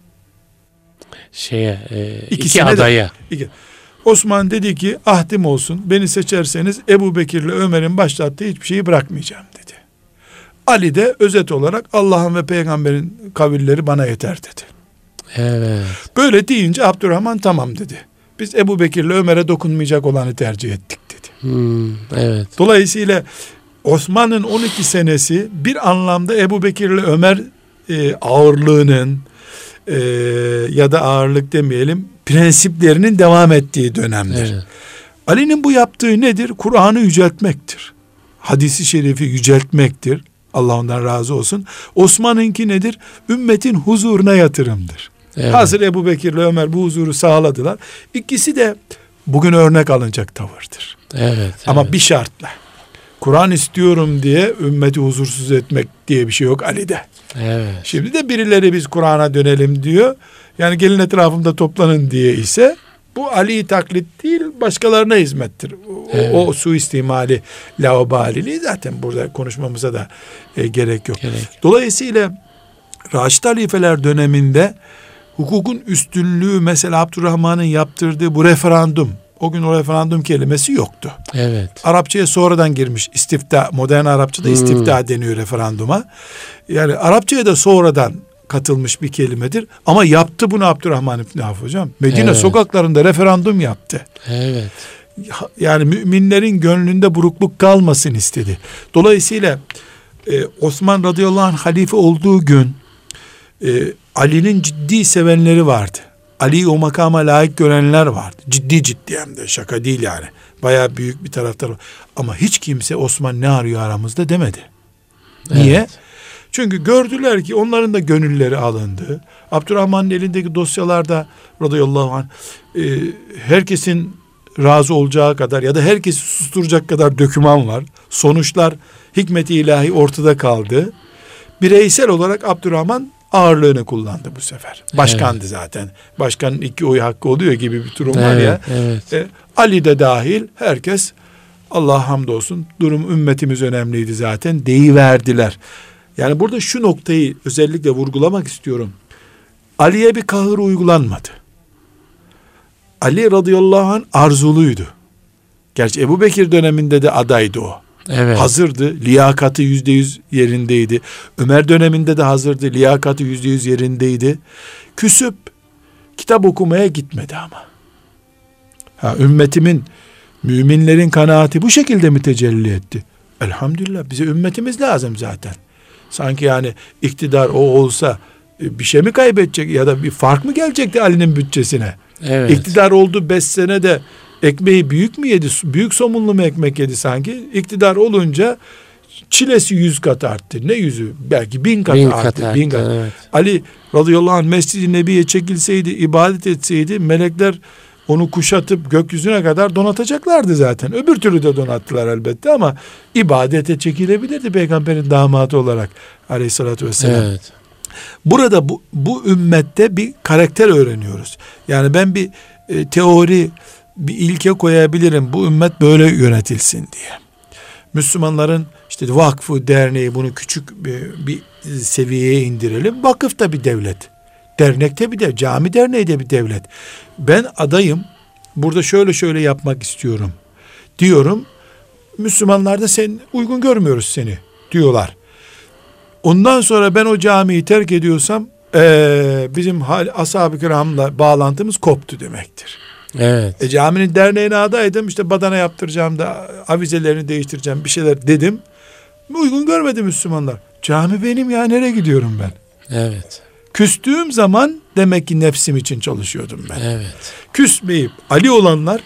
Şeye, e, iki adaya. De, iki. Osman dedi ki ahdim olsun. Beni seçerseniz Ebu Bekir ile Ömer'in başlattığı hiçbir şeyi bırakmayacağım dedi. Ali de özet olarak Allah'ın ve Peygamber'in kavilleri bana yeter dedi. Evet. Böyle deyince Abdurrahman tamam dedi. Biz Ebu Bekir ile Ömer'e dokunmayacak olanı tercih ettik dedi. Hmm, evet. Dolayısıyla Osman'ın on iki senesi bir anlamda Ebu Bekir ile Ömer e, ağırlığının e, ya da ağırlık demeyelim prensiplerinin devam ettiği dönemdir. Evet. Ali'nin bu yaptığı nedir? Kur'an'ı yüceltmektir. Hadisi şerifi yüceltmektir. Allah ondan razı olsun. Osman'ınki nedir? Ümmetin huzuruna yatırımdır. Evet. Hazır Ebu Bekir ile Ömer bu huzuru sağladılar. İkisi de bugün örnek alınacak tavırdır. Evet. Ama evet. bir şartla. Kur'an istiyorum diye ümmeti huzursuz etmek diye bir şey yok Ali'de. Evet. Şimdi de birileri biz Kur'an'a dönelim diyor. Yani gelin etrafımda toplanın diye ise bu Ali'yi taklit değil başkalarına hizmettir. Evet. O, o suistimali, laubaliliği zaten burada konuşmamıza da e, gerek yok. Gerek. Dolayısıyla Raşid halifeler döneminde hukukun üstünlüğü mesela Abdurrahman'ın yaptırdığı bu referandum, o gün o referandum kelimesi yoktu. Evet. Arapçaya sonradan girmiş istifta, modern Arapçada hmm. istifta deniyor referanduma. Yani Arapçaya da sonradan katılmış bir kelimedir. Ama yaptı bunu Abdurrahman İbni Avf hocam. Medine evet. sokaklarında referandum yaptı. Evet. Yani müminlerin gönlünde burukluk kalmasın istedi. Dolayısıyla e, Osman radıyallahu anh halife olduğu gün e, Ali'nin ciddi sevenleri vardı. Ali'yi o makama layık görenler vardı. Ciddi ciddi hem de şaka değil yani. Bayağı büyük bir taraftar var. Ama hiç kimse Osman ne arıyor aramızda demedi. Niye? Evet. Çünkü gördüler ki onların da gönülleri alındı. Abdurrahman'ın elindeki dosyalarda radıyallahu anh e, herkesin razı olacağı kadar ya da herkesi susturacak kadar döküman var. Sonuçlar hikmet-i ilahi ortada kaldı. Bireysel olarak Abdurrahman ağırlığını kullandı bu sefer. Başkandı evet. zaten. Başkanın iki oy hakkı oluyor gibi bir durum var evet, ya. Evet. E, Ali de dahil herkes Allah'a hamdolsun durum ümmetimiz önemliydi zaten deyiverdiler. Yani burada şu noktayı özellikle vurgulamak istiyorum. Ali'ye bir kahır uygulanmadı. Ali radıyallahu anh arzuluydu. Gerçi Ebu Bekir döneminde de adaydı o. Evet. Hazırdı. Liyakatı yüzde yüz yerindeydi. Ömer döneminde de hazırdı. Liyakatı yüzde yüz yerindeydi. Küsüp kitap okumaya gitmedi ama. Ha, ümmetimin, müminlerin kanaati bu şekilde mi tecelli etti? Elhamdülillah. Bize ümmetimiz lazım zaten. Sanki yani iktidar o olsa bir şey mi kaybedecek ya da bir fark mı gelecekti Ali'nin bütçesine? Evet. İktidar oldu beş sene de ekmeği büyük mü yedi? Büyük somunlu mu ekmek yedi sanki? İktidar olunca çilesi yüz kat arttı. Ne yüzü? Belki bin kat bin arttı. Kat arttı bin kat. Evet. Ali radıyallahu anh Mescid-i Nebi'ye çekilseydi, ibadet etseydi melekler onu kuşatıp gökyüzüne kadar donatacaklardı zaten. Öbür türlü de donattılar elbette ama ibadete çekilebilirdi peygamberin damadı olarak aleyhissalatü vesselam. Evet. Burada bu, bu ümmette bir karakter öğreniyoruz. Yani ben bir e, teori, bir ilke koyabilirim. Bu ümmet böyle yönetilsin diye. Müslümanların işte vakfı, derneği bunu küçük bir, bir seviyeye indirelim. Vakıf da bir devlet. Dernekte bir de, cami derneği de bir devlet. Ben adayım. Burada şöyle şöyle yapmak istiyorum diyorum. Müslümanlar da sen uygun görmüyoruz seni diyorlar. Ondan sonra ben o camiyi terk ediyorsam ee, bizim ashab-ı kiramla bağlantımız koptu demektir. Evet. E, caminin derneğine adaydım, işte badana yaptıracağım da avizelerini değiştireceğim bir şeyler dedim. Uygun görmedi Müslümanlar. Cami benim ya, nereye gidiyorum ben? Evet. Küstüğüm zaman demek ki nefsim için çalışıyordum ben. Evet. Küsmeyip Ali olanlar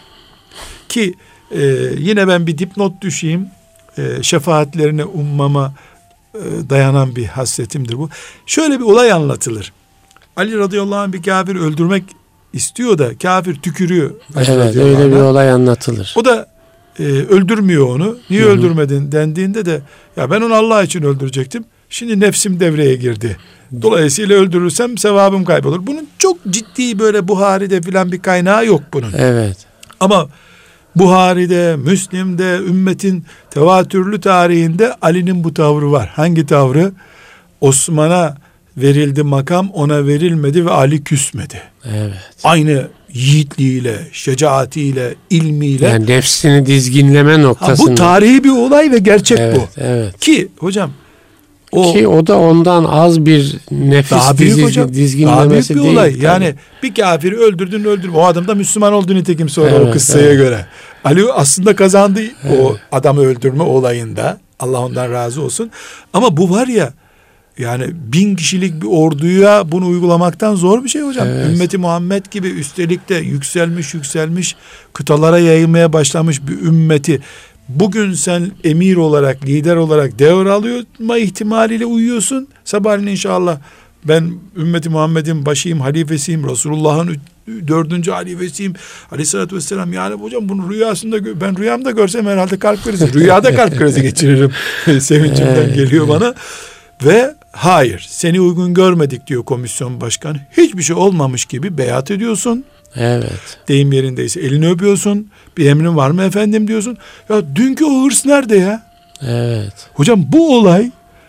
ki e, yine ben bir dipnot düşeyim. E, şefaatlerine ummama e, dayanan bir hasretimdir bu. Şöyle bir olay anlatılır. Ali radıyallahu anh bir kafir öldürmek istiyor da kafir tükürüyor. Evet, öyle bir olay anlatılır. O da e, öldürmüyor onu. Niye Hı hı. öldürmedin dendiğinde de ya ben onu Allah için öldürecektim. Şimdi nefsim devreye girdi. Dolayısıyla öldürürsem sevabım kaybolur. Bunun çok ciddi böyle Buhari'de filan bir kaynağı yok bunun. Evet. Ama Buhari'de, Müslim'de, ümmetin tevatürlü tarihinde Ali'nin bu tavrı var. Hangi tavrı? Osman'a verildi makam, ona verilmedi ve Ali küsmedi. Evet. Aynı yiğitliğiyle, şecaatiyle, ilmiyle. Yani nefsini dizginleme noktasında. Ha, bu tarihi bir olay ve gerçek evet, bu. Evet. Ki hocam o ki o da ondan az bir nefis daha büyük dizi, hocam, dizginlemesi daha büyük bir değil. olay. Tabii. Yani bir kafiri öldürdün öldürdün. O adam da Müslüman oldu nitekim sonra evet, o kıssaya evet. göre. Ali aslında kazandı evet. o adamı öldürme olayında. Allah ondan razı olsun. Ama bu var ya, yani bin kişilik bir orduya bunu uygulamaktan zor bir şey hocam. Evet. Ümmeti Muhammed gibi üstelik de yükselmiş yükselmiş kıtalara yayılmaya başlamış bir ümmeti bugün sen emir olarak, lider olarak devralma ihtimaliyle uyuyorsun. Sabahleyin inşallah ben ümmeti Muhammed'in başıyım, halifesiyim, Resulullah'ın dördüncü halifesiyim aleyhissalatü vesselam. Yani hocam bunu rüyasında, ben rüyamda görsem herhalde kalp krizi, rüyada kalp krizi geçiririm. Sevincimden evet, geliyor evet. bana. Ve hayır, seni uygun görmedik diyor komisyon başkanı. Hiçbir şey olmamış gibi beyat ediyorsun. Evet. Deyim yerindeyse elini öpüyorsun. Bir emrin var mı efendim diyorsun. Ya dünkü o hırs nerede ya? Evet. Hocam bu olay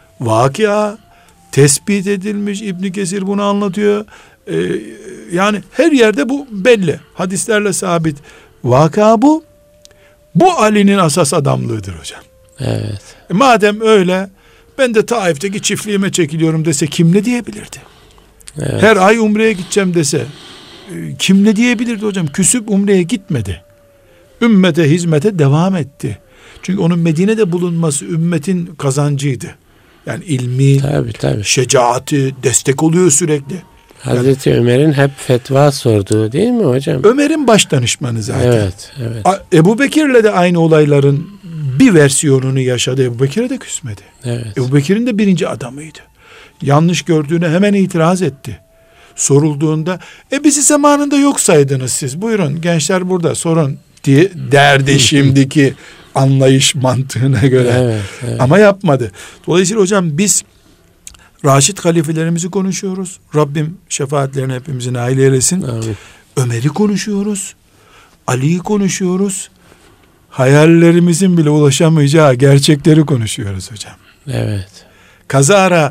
vakıa tespit edilmiş. İbn Kesir bunu anlatıyor. Ee, yani her yerde bu belli. Hadislerle sabit. Vakıa bu. Bu Ali'nin asas adamlığıdır hocam. Evet. E madem öyle, ben de Taif'teki çiftliğime çekiliyorum dese kim ne diyebilirdi? Evet. Her ay umreye gideceğim dese kim ne diyebilirdi hocam? Küsüp umreye gitmedi. Ümmete hizmete devam etti. Çünkü onun Medine'de bulunması ümmetin kazancıydı. Yani ilmi, tabii, tabii. şecaati destek oluyor sürekli. Hazreti yani, Ömer'in hep fetva sorduğu değil mi hocam? Ömer'in baş danışmanı zaten. Evet, evet. Ebu Bekir'le de aynı olayların bir versiyonunu yaşadı. Ebu Bekir'e de küsmedi. Evet. Ebu Bekir'in de birinci adamıydı. Yanlış gördüğüne hemen itiraz etti. Sorulduğunda e bizi zamanında yok saydınız siz. Buyurun gençler burada sorun diye derdi şimdiki anlayış mantığına göre. Evet, evet. Ama yapmadı. Dolayısıyla hocam biz Raşid halifelerimizi konuşuyoruz. Rabbim şefaatlerini hepimizin nail eylesin. Amin. Ömer'i konuşuyoruz. Ali'yi konuşuyoruz. Hayallerimizin bile ulaşamayacağı gerçekleri konuşuyoruz hocam. Evet. Kazara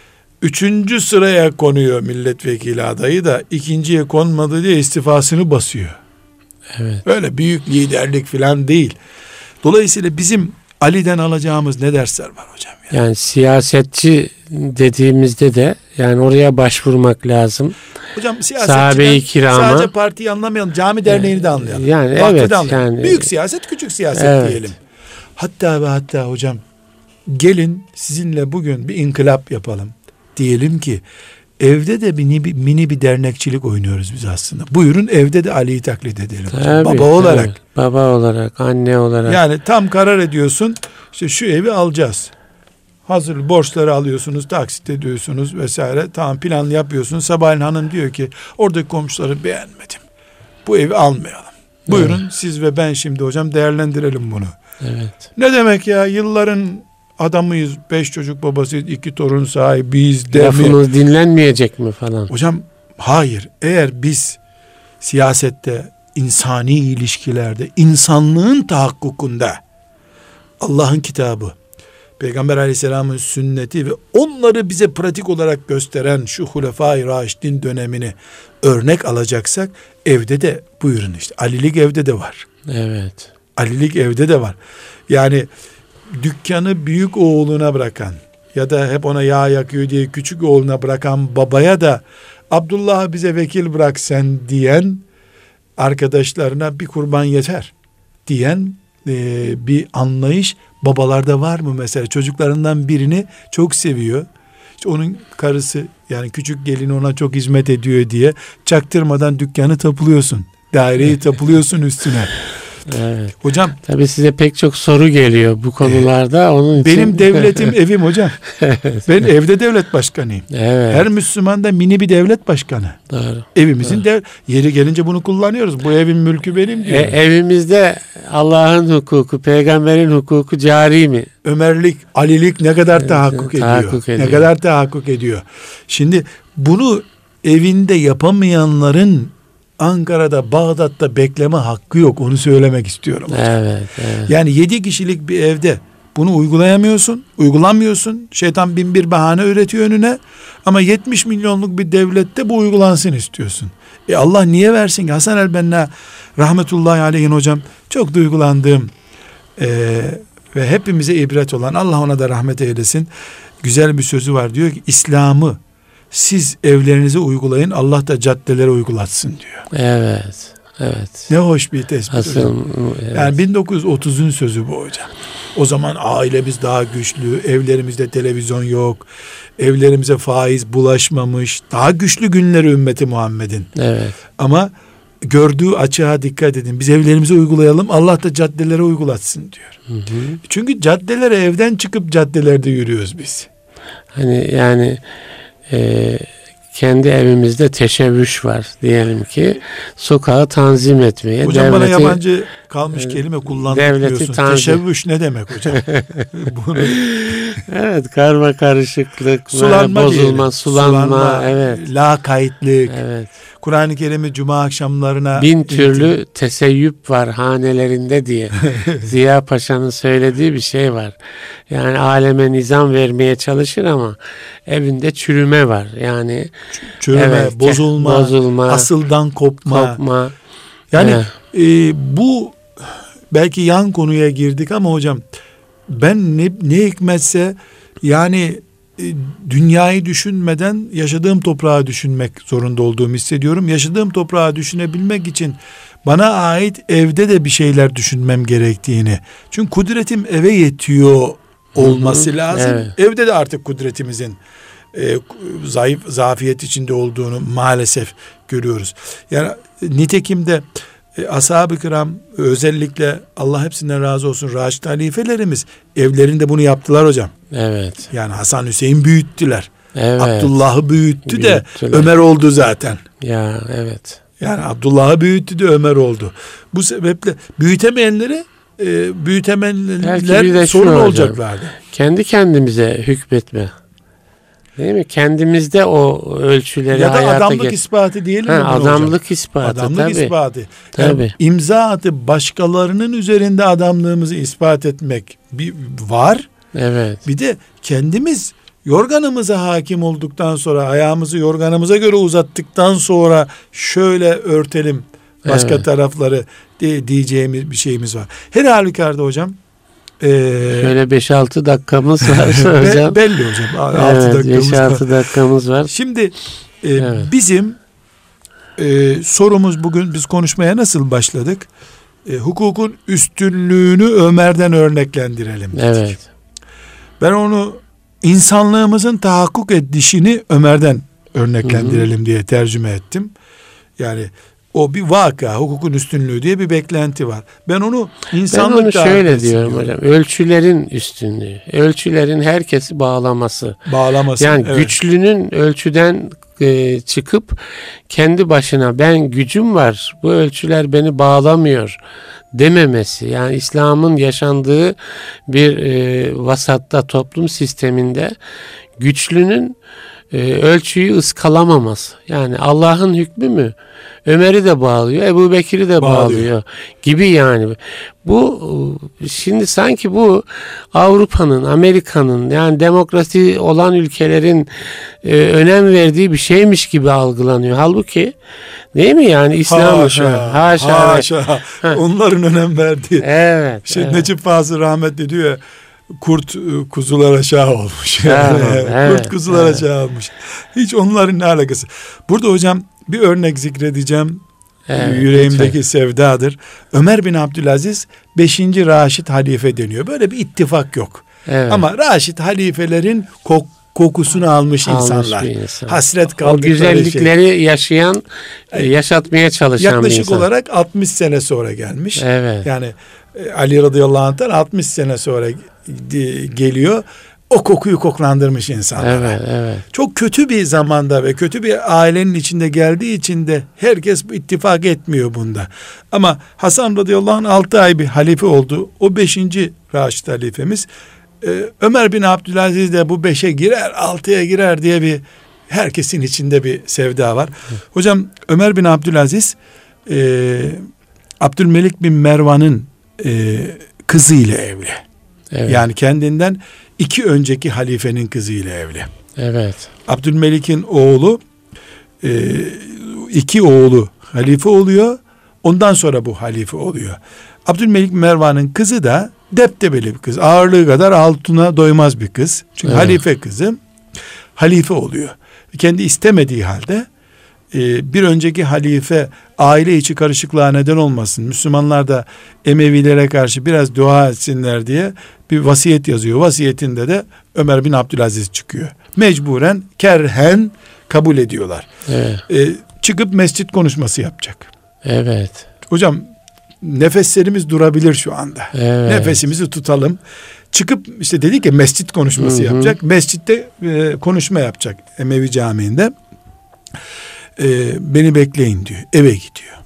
üçüncü sıraya konuyor milletvekili adayı da ikinciye konmadı diye istifasını basıyor. Evet. Öyle büyük liderlik falan değil. Dolayısıyla bizim Ali'den alacağımız ne dersler var hocam? Ya? Yani siyasetçi dediğimizde de yani oraya başvurmak lazım. Hocam Sahabe-i siyasetçiden kirama, sadece partiyi anlamayalım, cami derneğini de anlayalım. Yani Vakfı evet, da anlayalım. yani- Büyük siyaset, küçük siyaset Evet. diyelim. Hatta ve hatta hocam gelin sizinle bugün bir inkılap yapalım. Diyelim ki evde de mini bir, mini bir dernekçilik oynuyoruz biz aslında. Buyurun evde de Ali'yi taklit edelim. hocam. Tabii, Baba olarak. evet. Baba olarak, anne olarak. Yani tam karar ediyorsun. İşte şu evi alacağız. Hazır borçları alıyorsunuz, taksit ediyorsunuz vesaire. Tamam planlı yapıyorsunuz. Sabahleyin hanım diyor ki oradaki komşuları beğenmedim. Bu evi almayalım. Buyurun Evet. siz ve ben şimdi hocam değerlendirelim bunu. Evet. Ne demek ya, yılların adamıyız, beş çocuk babasıyız, iki torun sahibiyiz de mi? Lafımız dinlenmeyecek mi falan. Hocam hayır, eğer biz siyasette, insani ilişkilerde, insanlığın tahakkukunda Allah'ın kitabı, Peygamber Aleyhisselam'ın sünneti ve onları bize pratik olarak gösteren şu Hulefai Raşidin dönemini örnek alacaksak evde de buyurun işte Alilik evde de var. Evet. Alilik evde de var. Yani dükkanı büyük oğluna bırakan ya da hep ona yağ yakıyor diye küçük oğluna bırakan babaya da Abdullah'ı bize vekil bırak sen diyen arkadaşlarına bir kurban yeter diyen e, bir anlayış babalarda var mı mesela? Çocuklarından birini çok seviyor. İşte onun karısı yani küçük gelin ona çok hizmet ediyor diye çaktırmadan dükkanı tapuluyorsun. Daireyi tapuluyorsun üstüne. Evet. Hocam Tabii size pek çok soru geliyor bu konularda. Onun için... benim devletim evim hocam. Ben evde devlet başkanıyım. Evet. Her Müslüman da mini bir devlet başkanı. Doğru. Evimizin dev yeri gelince bunu kullanıyoruz. Bu evin mülkü benim diyor. E, evimizde Allah'ın hukuku, peygamberin hukuku cari mi? Ömerlik, Alilik ne kadar tahakkuk ediyor. tahakkuk ediyor. Ne kadar tahakkuk ediyor. Şimdi bunu evinde yapamayanların Ankara'da, Bağdat'ta bekleme hakkı yok. Onu söylemek istiyorum. Evet, evet. Yani yedi kişilik bir evde bunu uygulayamıyorsun, uygulamıyorsun. Şeytan bin bir bahane üretiyor önüne. Ama yetmiş milyonluk bir devlette bu uygulansın istiyorsun. E Allah niye versin ki? Hasan el-Benna rahmetullahi aleyhin hocam çok duygulandığım e, ve hepimize ibret olan, Allah ona da rahmet eylesin, güzel bir sözü var. Diyor ki İslam'ı siz evlerinize uygulayın, Allah da caddelere uygulatsın diyor. Evet. Evet. Ne hoş bir tespit Asıl, hocam. evet. Yani bin dokuz yüz otuzun sözü bu hocam. O zaman ailemiz daha güçlü, evlerimizde televizyon yok, evlerimize faiz bulaşmamış, daha güçlü günleri ümmeti Muhammed'in. Evet. Ama gördüğü açığa dikkat edin. Biz evlerimize uygulayalım, Allah da caddelere uygulatsın diyor. Hı hı. Çünkü caddelere evden çıkıp caddelerde yürüyoruz biz. Hani yani e, kendi evimizde teşebbüs var diyelim ki, sokağı tanzim etmeye, Hocam devleti, bana yabancı kalmış kelime kullandık devleti diyorsun. tanzim. Teşebbüs ne demek hocam? Bunu evet, karma karışıklık, sulanma bozulma, diyelim. sulanma, Sulanma, evet. lakaytlık. Evet. Kur'an-ı Kerim'i cuma akşamlarına Bin türlü teseyyüp var hanelerinde diye Ziya Paşa'nın söylediği bir şey var. Yani aleme nizam vermeye çalışır ama evinde çürüme var. Yani çürüme, evet, bozulma, bozulma, asıldan kopma. kopma. Yani Evet. e, bu belki yan konuya girdik ama hocam ben ne, ne hikmetse yani e, dünyayı düşünmeden yaşadığım toprağı düşünmek zorunda olduğumu hissediyorum. Yaşadığım toprağı düşünebilmek için bana ait evde de bir şeyler düşünmem gerektiğini. Çünkü kudretim eve yetiyor olması Hı-hı. lazım. Evet. Evde de artık kudretimizin e, zayıf, zafiyet içinde olduğunu maalesef görüyoruz. Yani nitekim de E, ashab-ı kiram, özellikle Allah hepsinden razı olsun, Raşid halifelerimiz evlerinde bunu yaptılar hocam. Evet. Yani Hasan Hüseyin büyüttüler. Evet. Abdullah'ı büyüttü de Büyüttüler. Ömer oldu zaten. Ya evet. Yani Abdullah'ı büyüttü de Ömer oldu. Bu sebeple büyütemeyenleri e, büyütemeyenler sorun hocam, olacaklardı. Kendi kendimize hükmetme. Değil mi? Kendimizde o ölçüleri ya da hayata adamlık geç. ispatı diyelim ha, mi? Adamlık hocam? ispatı. Adamlık tabii. ispatı. Tabii. Yani imza atıp başkalarının üzerinde adamlığımızı ispat etmek bir var. Evet. Bir de kendimiz yorganımıza hakim olduktan sonra, ayağımızı yorganımıza göre uzattıktan sonra şöyle örtelim başka evet. tarafları de, diyeceğimiz bir şeyimiz var. Her halükarda hocam. E, Şöyle beş altı dakikamız var hocam. Be, belli hocam. Evet, beş altı dakikamız var. Şimdi e, evet. bizim e, sorumuz bugün, biz konuşmaya nasıl başladık? E, hukukun üstünlüğünü Ömer'den örneklendirelim dedik. Evet. Ben Ben onu insanlığımızın tahakkuk edişini Ömer'den örneklendirelim hı hı. diye tercüme ettim. Yani o bir vaka, hukukun üstünlüğü diye bir beklenti var. Ben onu insanlık Ben onu şöyle diyorum diyorum. hocam. Ölçülerin üstünlüğü. Ölçülerin herkesi bağlaması. Bağlaması. Yani evet. güçlünün ölçüden e, çıkıp kendi başına ben gücüm var, bu ölçüler beni bağlamıyor dememesi. Yani İslam'ın yaşandığı bir e, vasatta, toplum sisteminde güçlünün e, ölçüyü ıskalamaması. Yani Allah'ın hükmü mü? Ömer'i de bağlıyor, Ebu Bekir'i de bağlıyor. bağlıyor gibi yani. Bu şimdi sanki bu Avrupa'nın, Amerika'nın, yani demokrasi olan ülkelerin e, önem verdiği bir şeymiş gibi algılanıyor. Halbuki değil mi yani İslam haşa, haşa, haşa. Onların önem verdiği. Evet. Şey, evet. Necip Fazıl rahmetli diyor ya, kurt kuzular aşağı olmuş. Evet, evet, kurt kuzular evet. aşağı olmuş. Hiç onların ne alakası? Burada hocam bir örnek zikredeceğim. Evet, yüreğimdeki lütfen. Sevdadır. Ömer bin Abdülaziz beşinci Raşid halife deniyor. Böyle bir ittifak yok. Evet. Ama Raşid halifelerin kok kokusunu almış, almış insanlar. Insan. Hasret kaldıkları o güzellikleri şey. yaşayan, yaşatmaya çalışan yaklaşık bir insan. olarak altmış sene sonra gelmiş. Evet. Yani Ali radıyallahu anh'tan altmış sene sonra geliyor. O kokuyu koklandırmış insanlar. Evet, evet. Çok kötü bir zamanda ve kötü bir ailenin içinde geldiği için de herkes ittifak etmiyor bunda. Ama Hasan radıyallahu anh altı ay bir halife oldu. O beşinci Raşid halifemiz. Ee, Ömer bin Abdülaziz de bu beşe girer, altıya girer diye bir herkesin içinde bir sevda var. Hı. Hocam Ömer bin Abdülaziz e, Abdülmelik bin Mervan'ın e, kızıyla evli. Evet. Yani kendinden iki önceki halifenin kızıyla evli. Evet. Abdülmelik'in oğlu e, iki oğlu halife oluyor. Ondan sonra bu halife oluyor. Abdülmelik Mervan'ın kızı da deptebeli bir kız. Ağırlığı kadar altına doymaz bir kız. Çünkü evet. halife kızı halife oluyor. Kendi istemediği halde e, bir önceki halife aile içi karışıklığa neden olmasın, Müslümanlar da Emevilere karşı biraz dua etsinler diye bir vasiyet yazıyor. Vasiyetinde de Ömer bin Abdülaziz çıkıyor. Mecburen, kerhen kabul ediyorlar. Evet. E, çıkıp mescit konuşması yapacak. Evet. Hocam nefeslerimiz durabilir şu anda. Evet. Nefesimizi tutalım. Çıkıp işte dedik ya mescit konuşması hı hı. yapacak. Mescitte e, konuşma yapacak Emevi Camii'nde. E, beni bekleyin diyor. Eve gidiyor.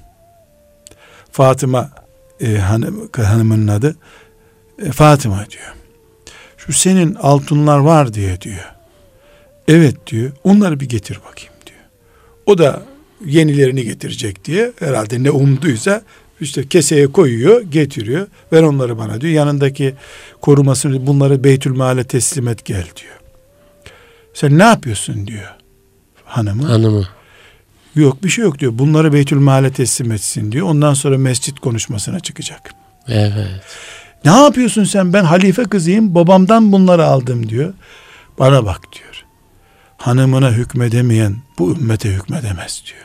Fatıma e, hanım, hanımının adı. E, Fatıma diyor. Şu senin altınlar var diye diyor. Evet diyor. Onları bir getir bakayım diyor. O da yenilerini getirecek diye herhalde ne umduysa işte keseye koyuyor, getiriyor. Ver onları bana diyor. Yanındaki korumasını, bunları Beytülmal'e teslim et gel diyor. Sen ne yapıyorsun diyor hanımı. Hanımı. Yok bir şey yok diyor. Bunları Beytülmal'e teslim etsin diyor. Ondan sonra mescit konuşmasına çıkacak. Evet. Ne yapıyorsun sen? Ben halife kızıyım. Babamdan bunları aldım diyor. Bana bak diyor. Hanımına hükmedemeyen bu ümmete hükmedemez diyor.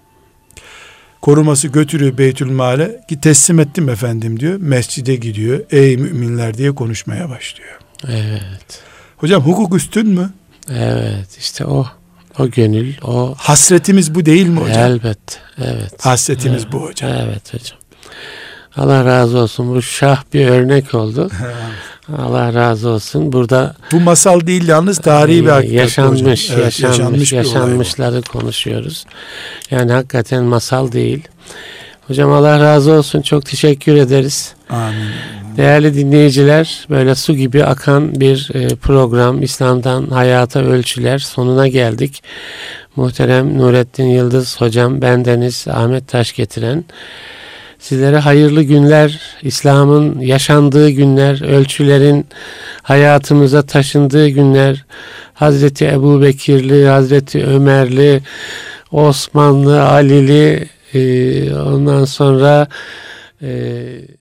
Koruması götürüyor Beytülmal'e, ki teslim ettim efendim diyor. Mescide gidiyor. Ey müminler diye konuşmaya başlıyor. Evet. Hocam hukuk üstün mü? Evet, işte o. O gönül, o hasretimiz bu değil mi hocam? elbette. Evet. Hasretimiz evet. bu hocam. Evet hocam. Allah razı olsun. Bu şah bir örnek oldu. Allah razı olsun. Burada bu masal değil yalnız tarihi bir hakikat yaşanmış, hocam. Evet, yaşanmış, yaşanmış yaşanmışları konuşuyoruz. Yani hakikaten masal değil. Hocam Allah razı olsun. Çok teşekkür ederiz. Amin. Değerli dinleyiciler, böyle su gibi akan bir program, İslam'dan Hayata Ölçüler sonuna geldik. Muhterem Nurettin Yıldız hocam, bendeniz Ahmet Taşgetiren. Sizlere hayırlı günler, İslam'ın yaşandığı günler, ölçülerin hayatımıza taşındığı günler, Hazreti Ebubekirli, Hazreti Ömerli, Osmanlı, Alili, ondan sonra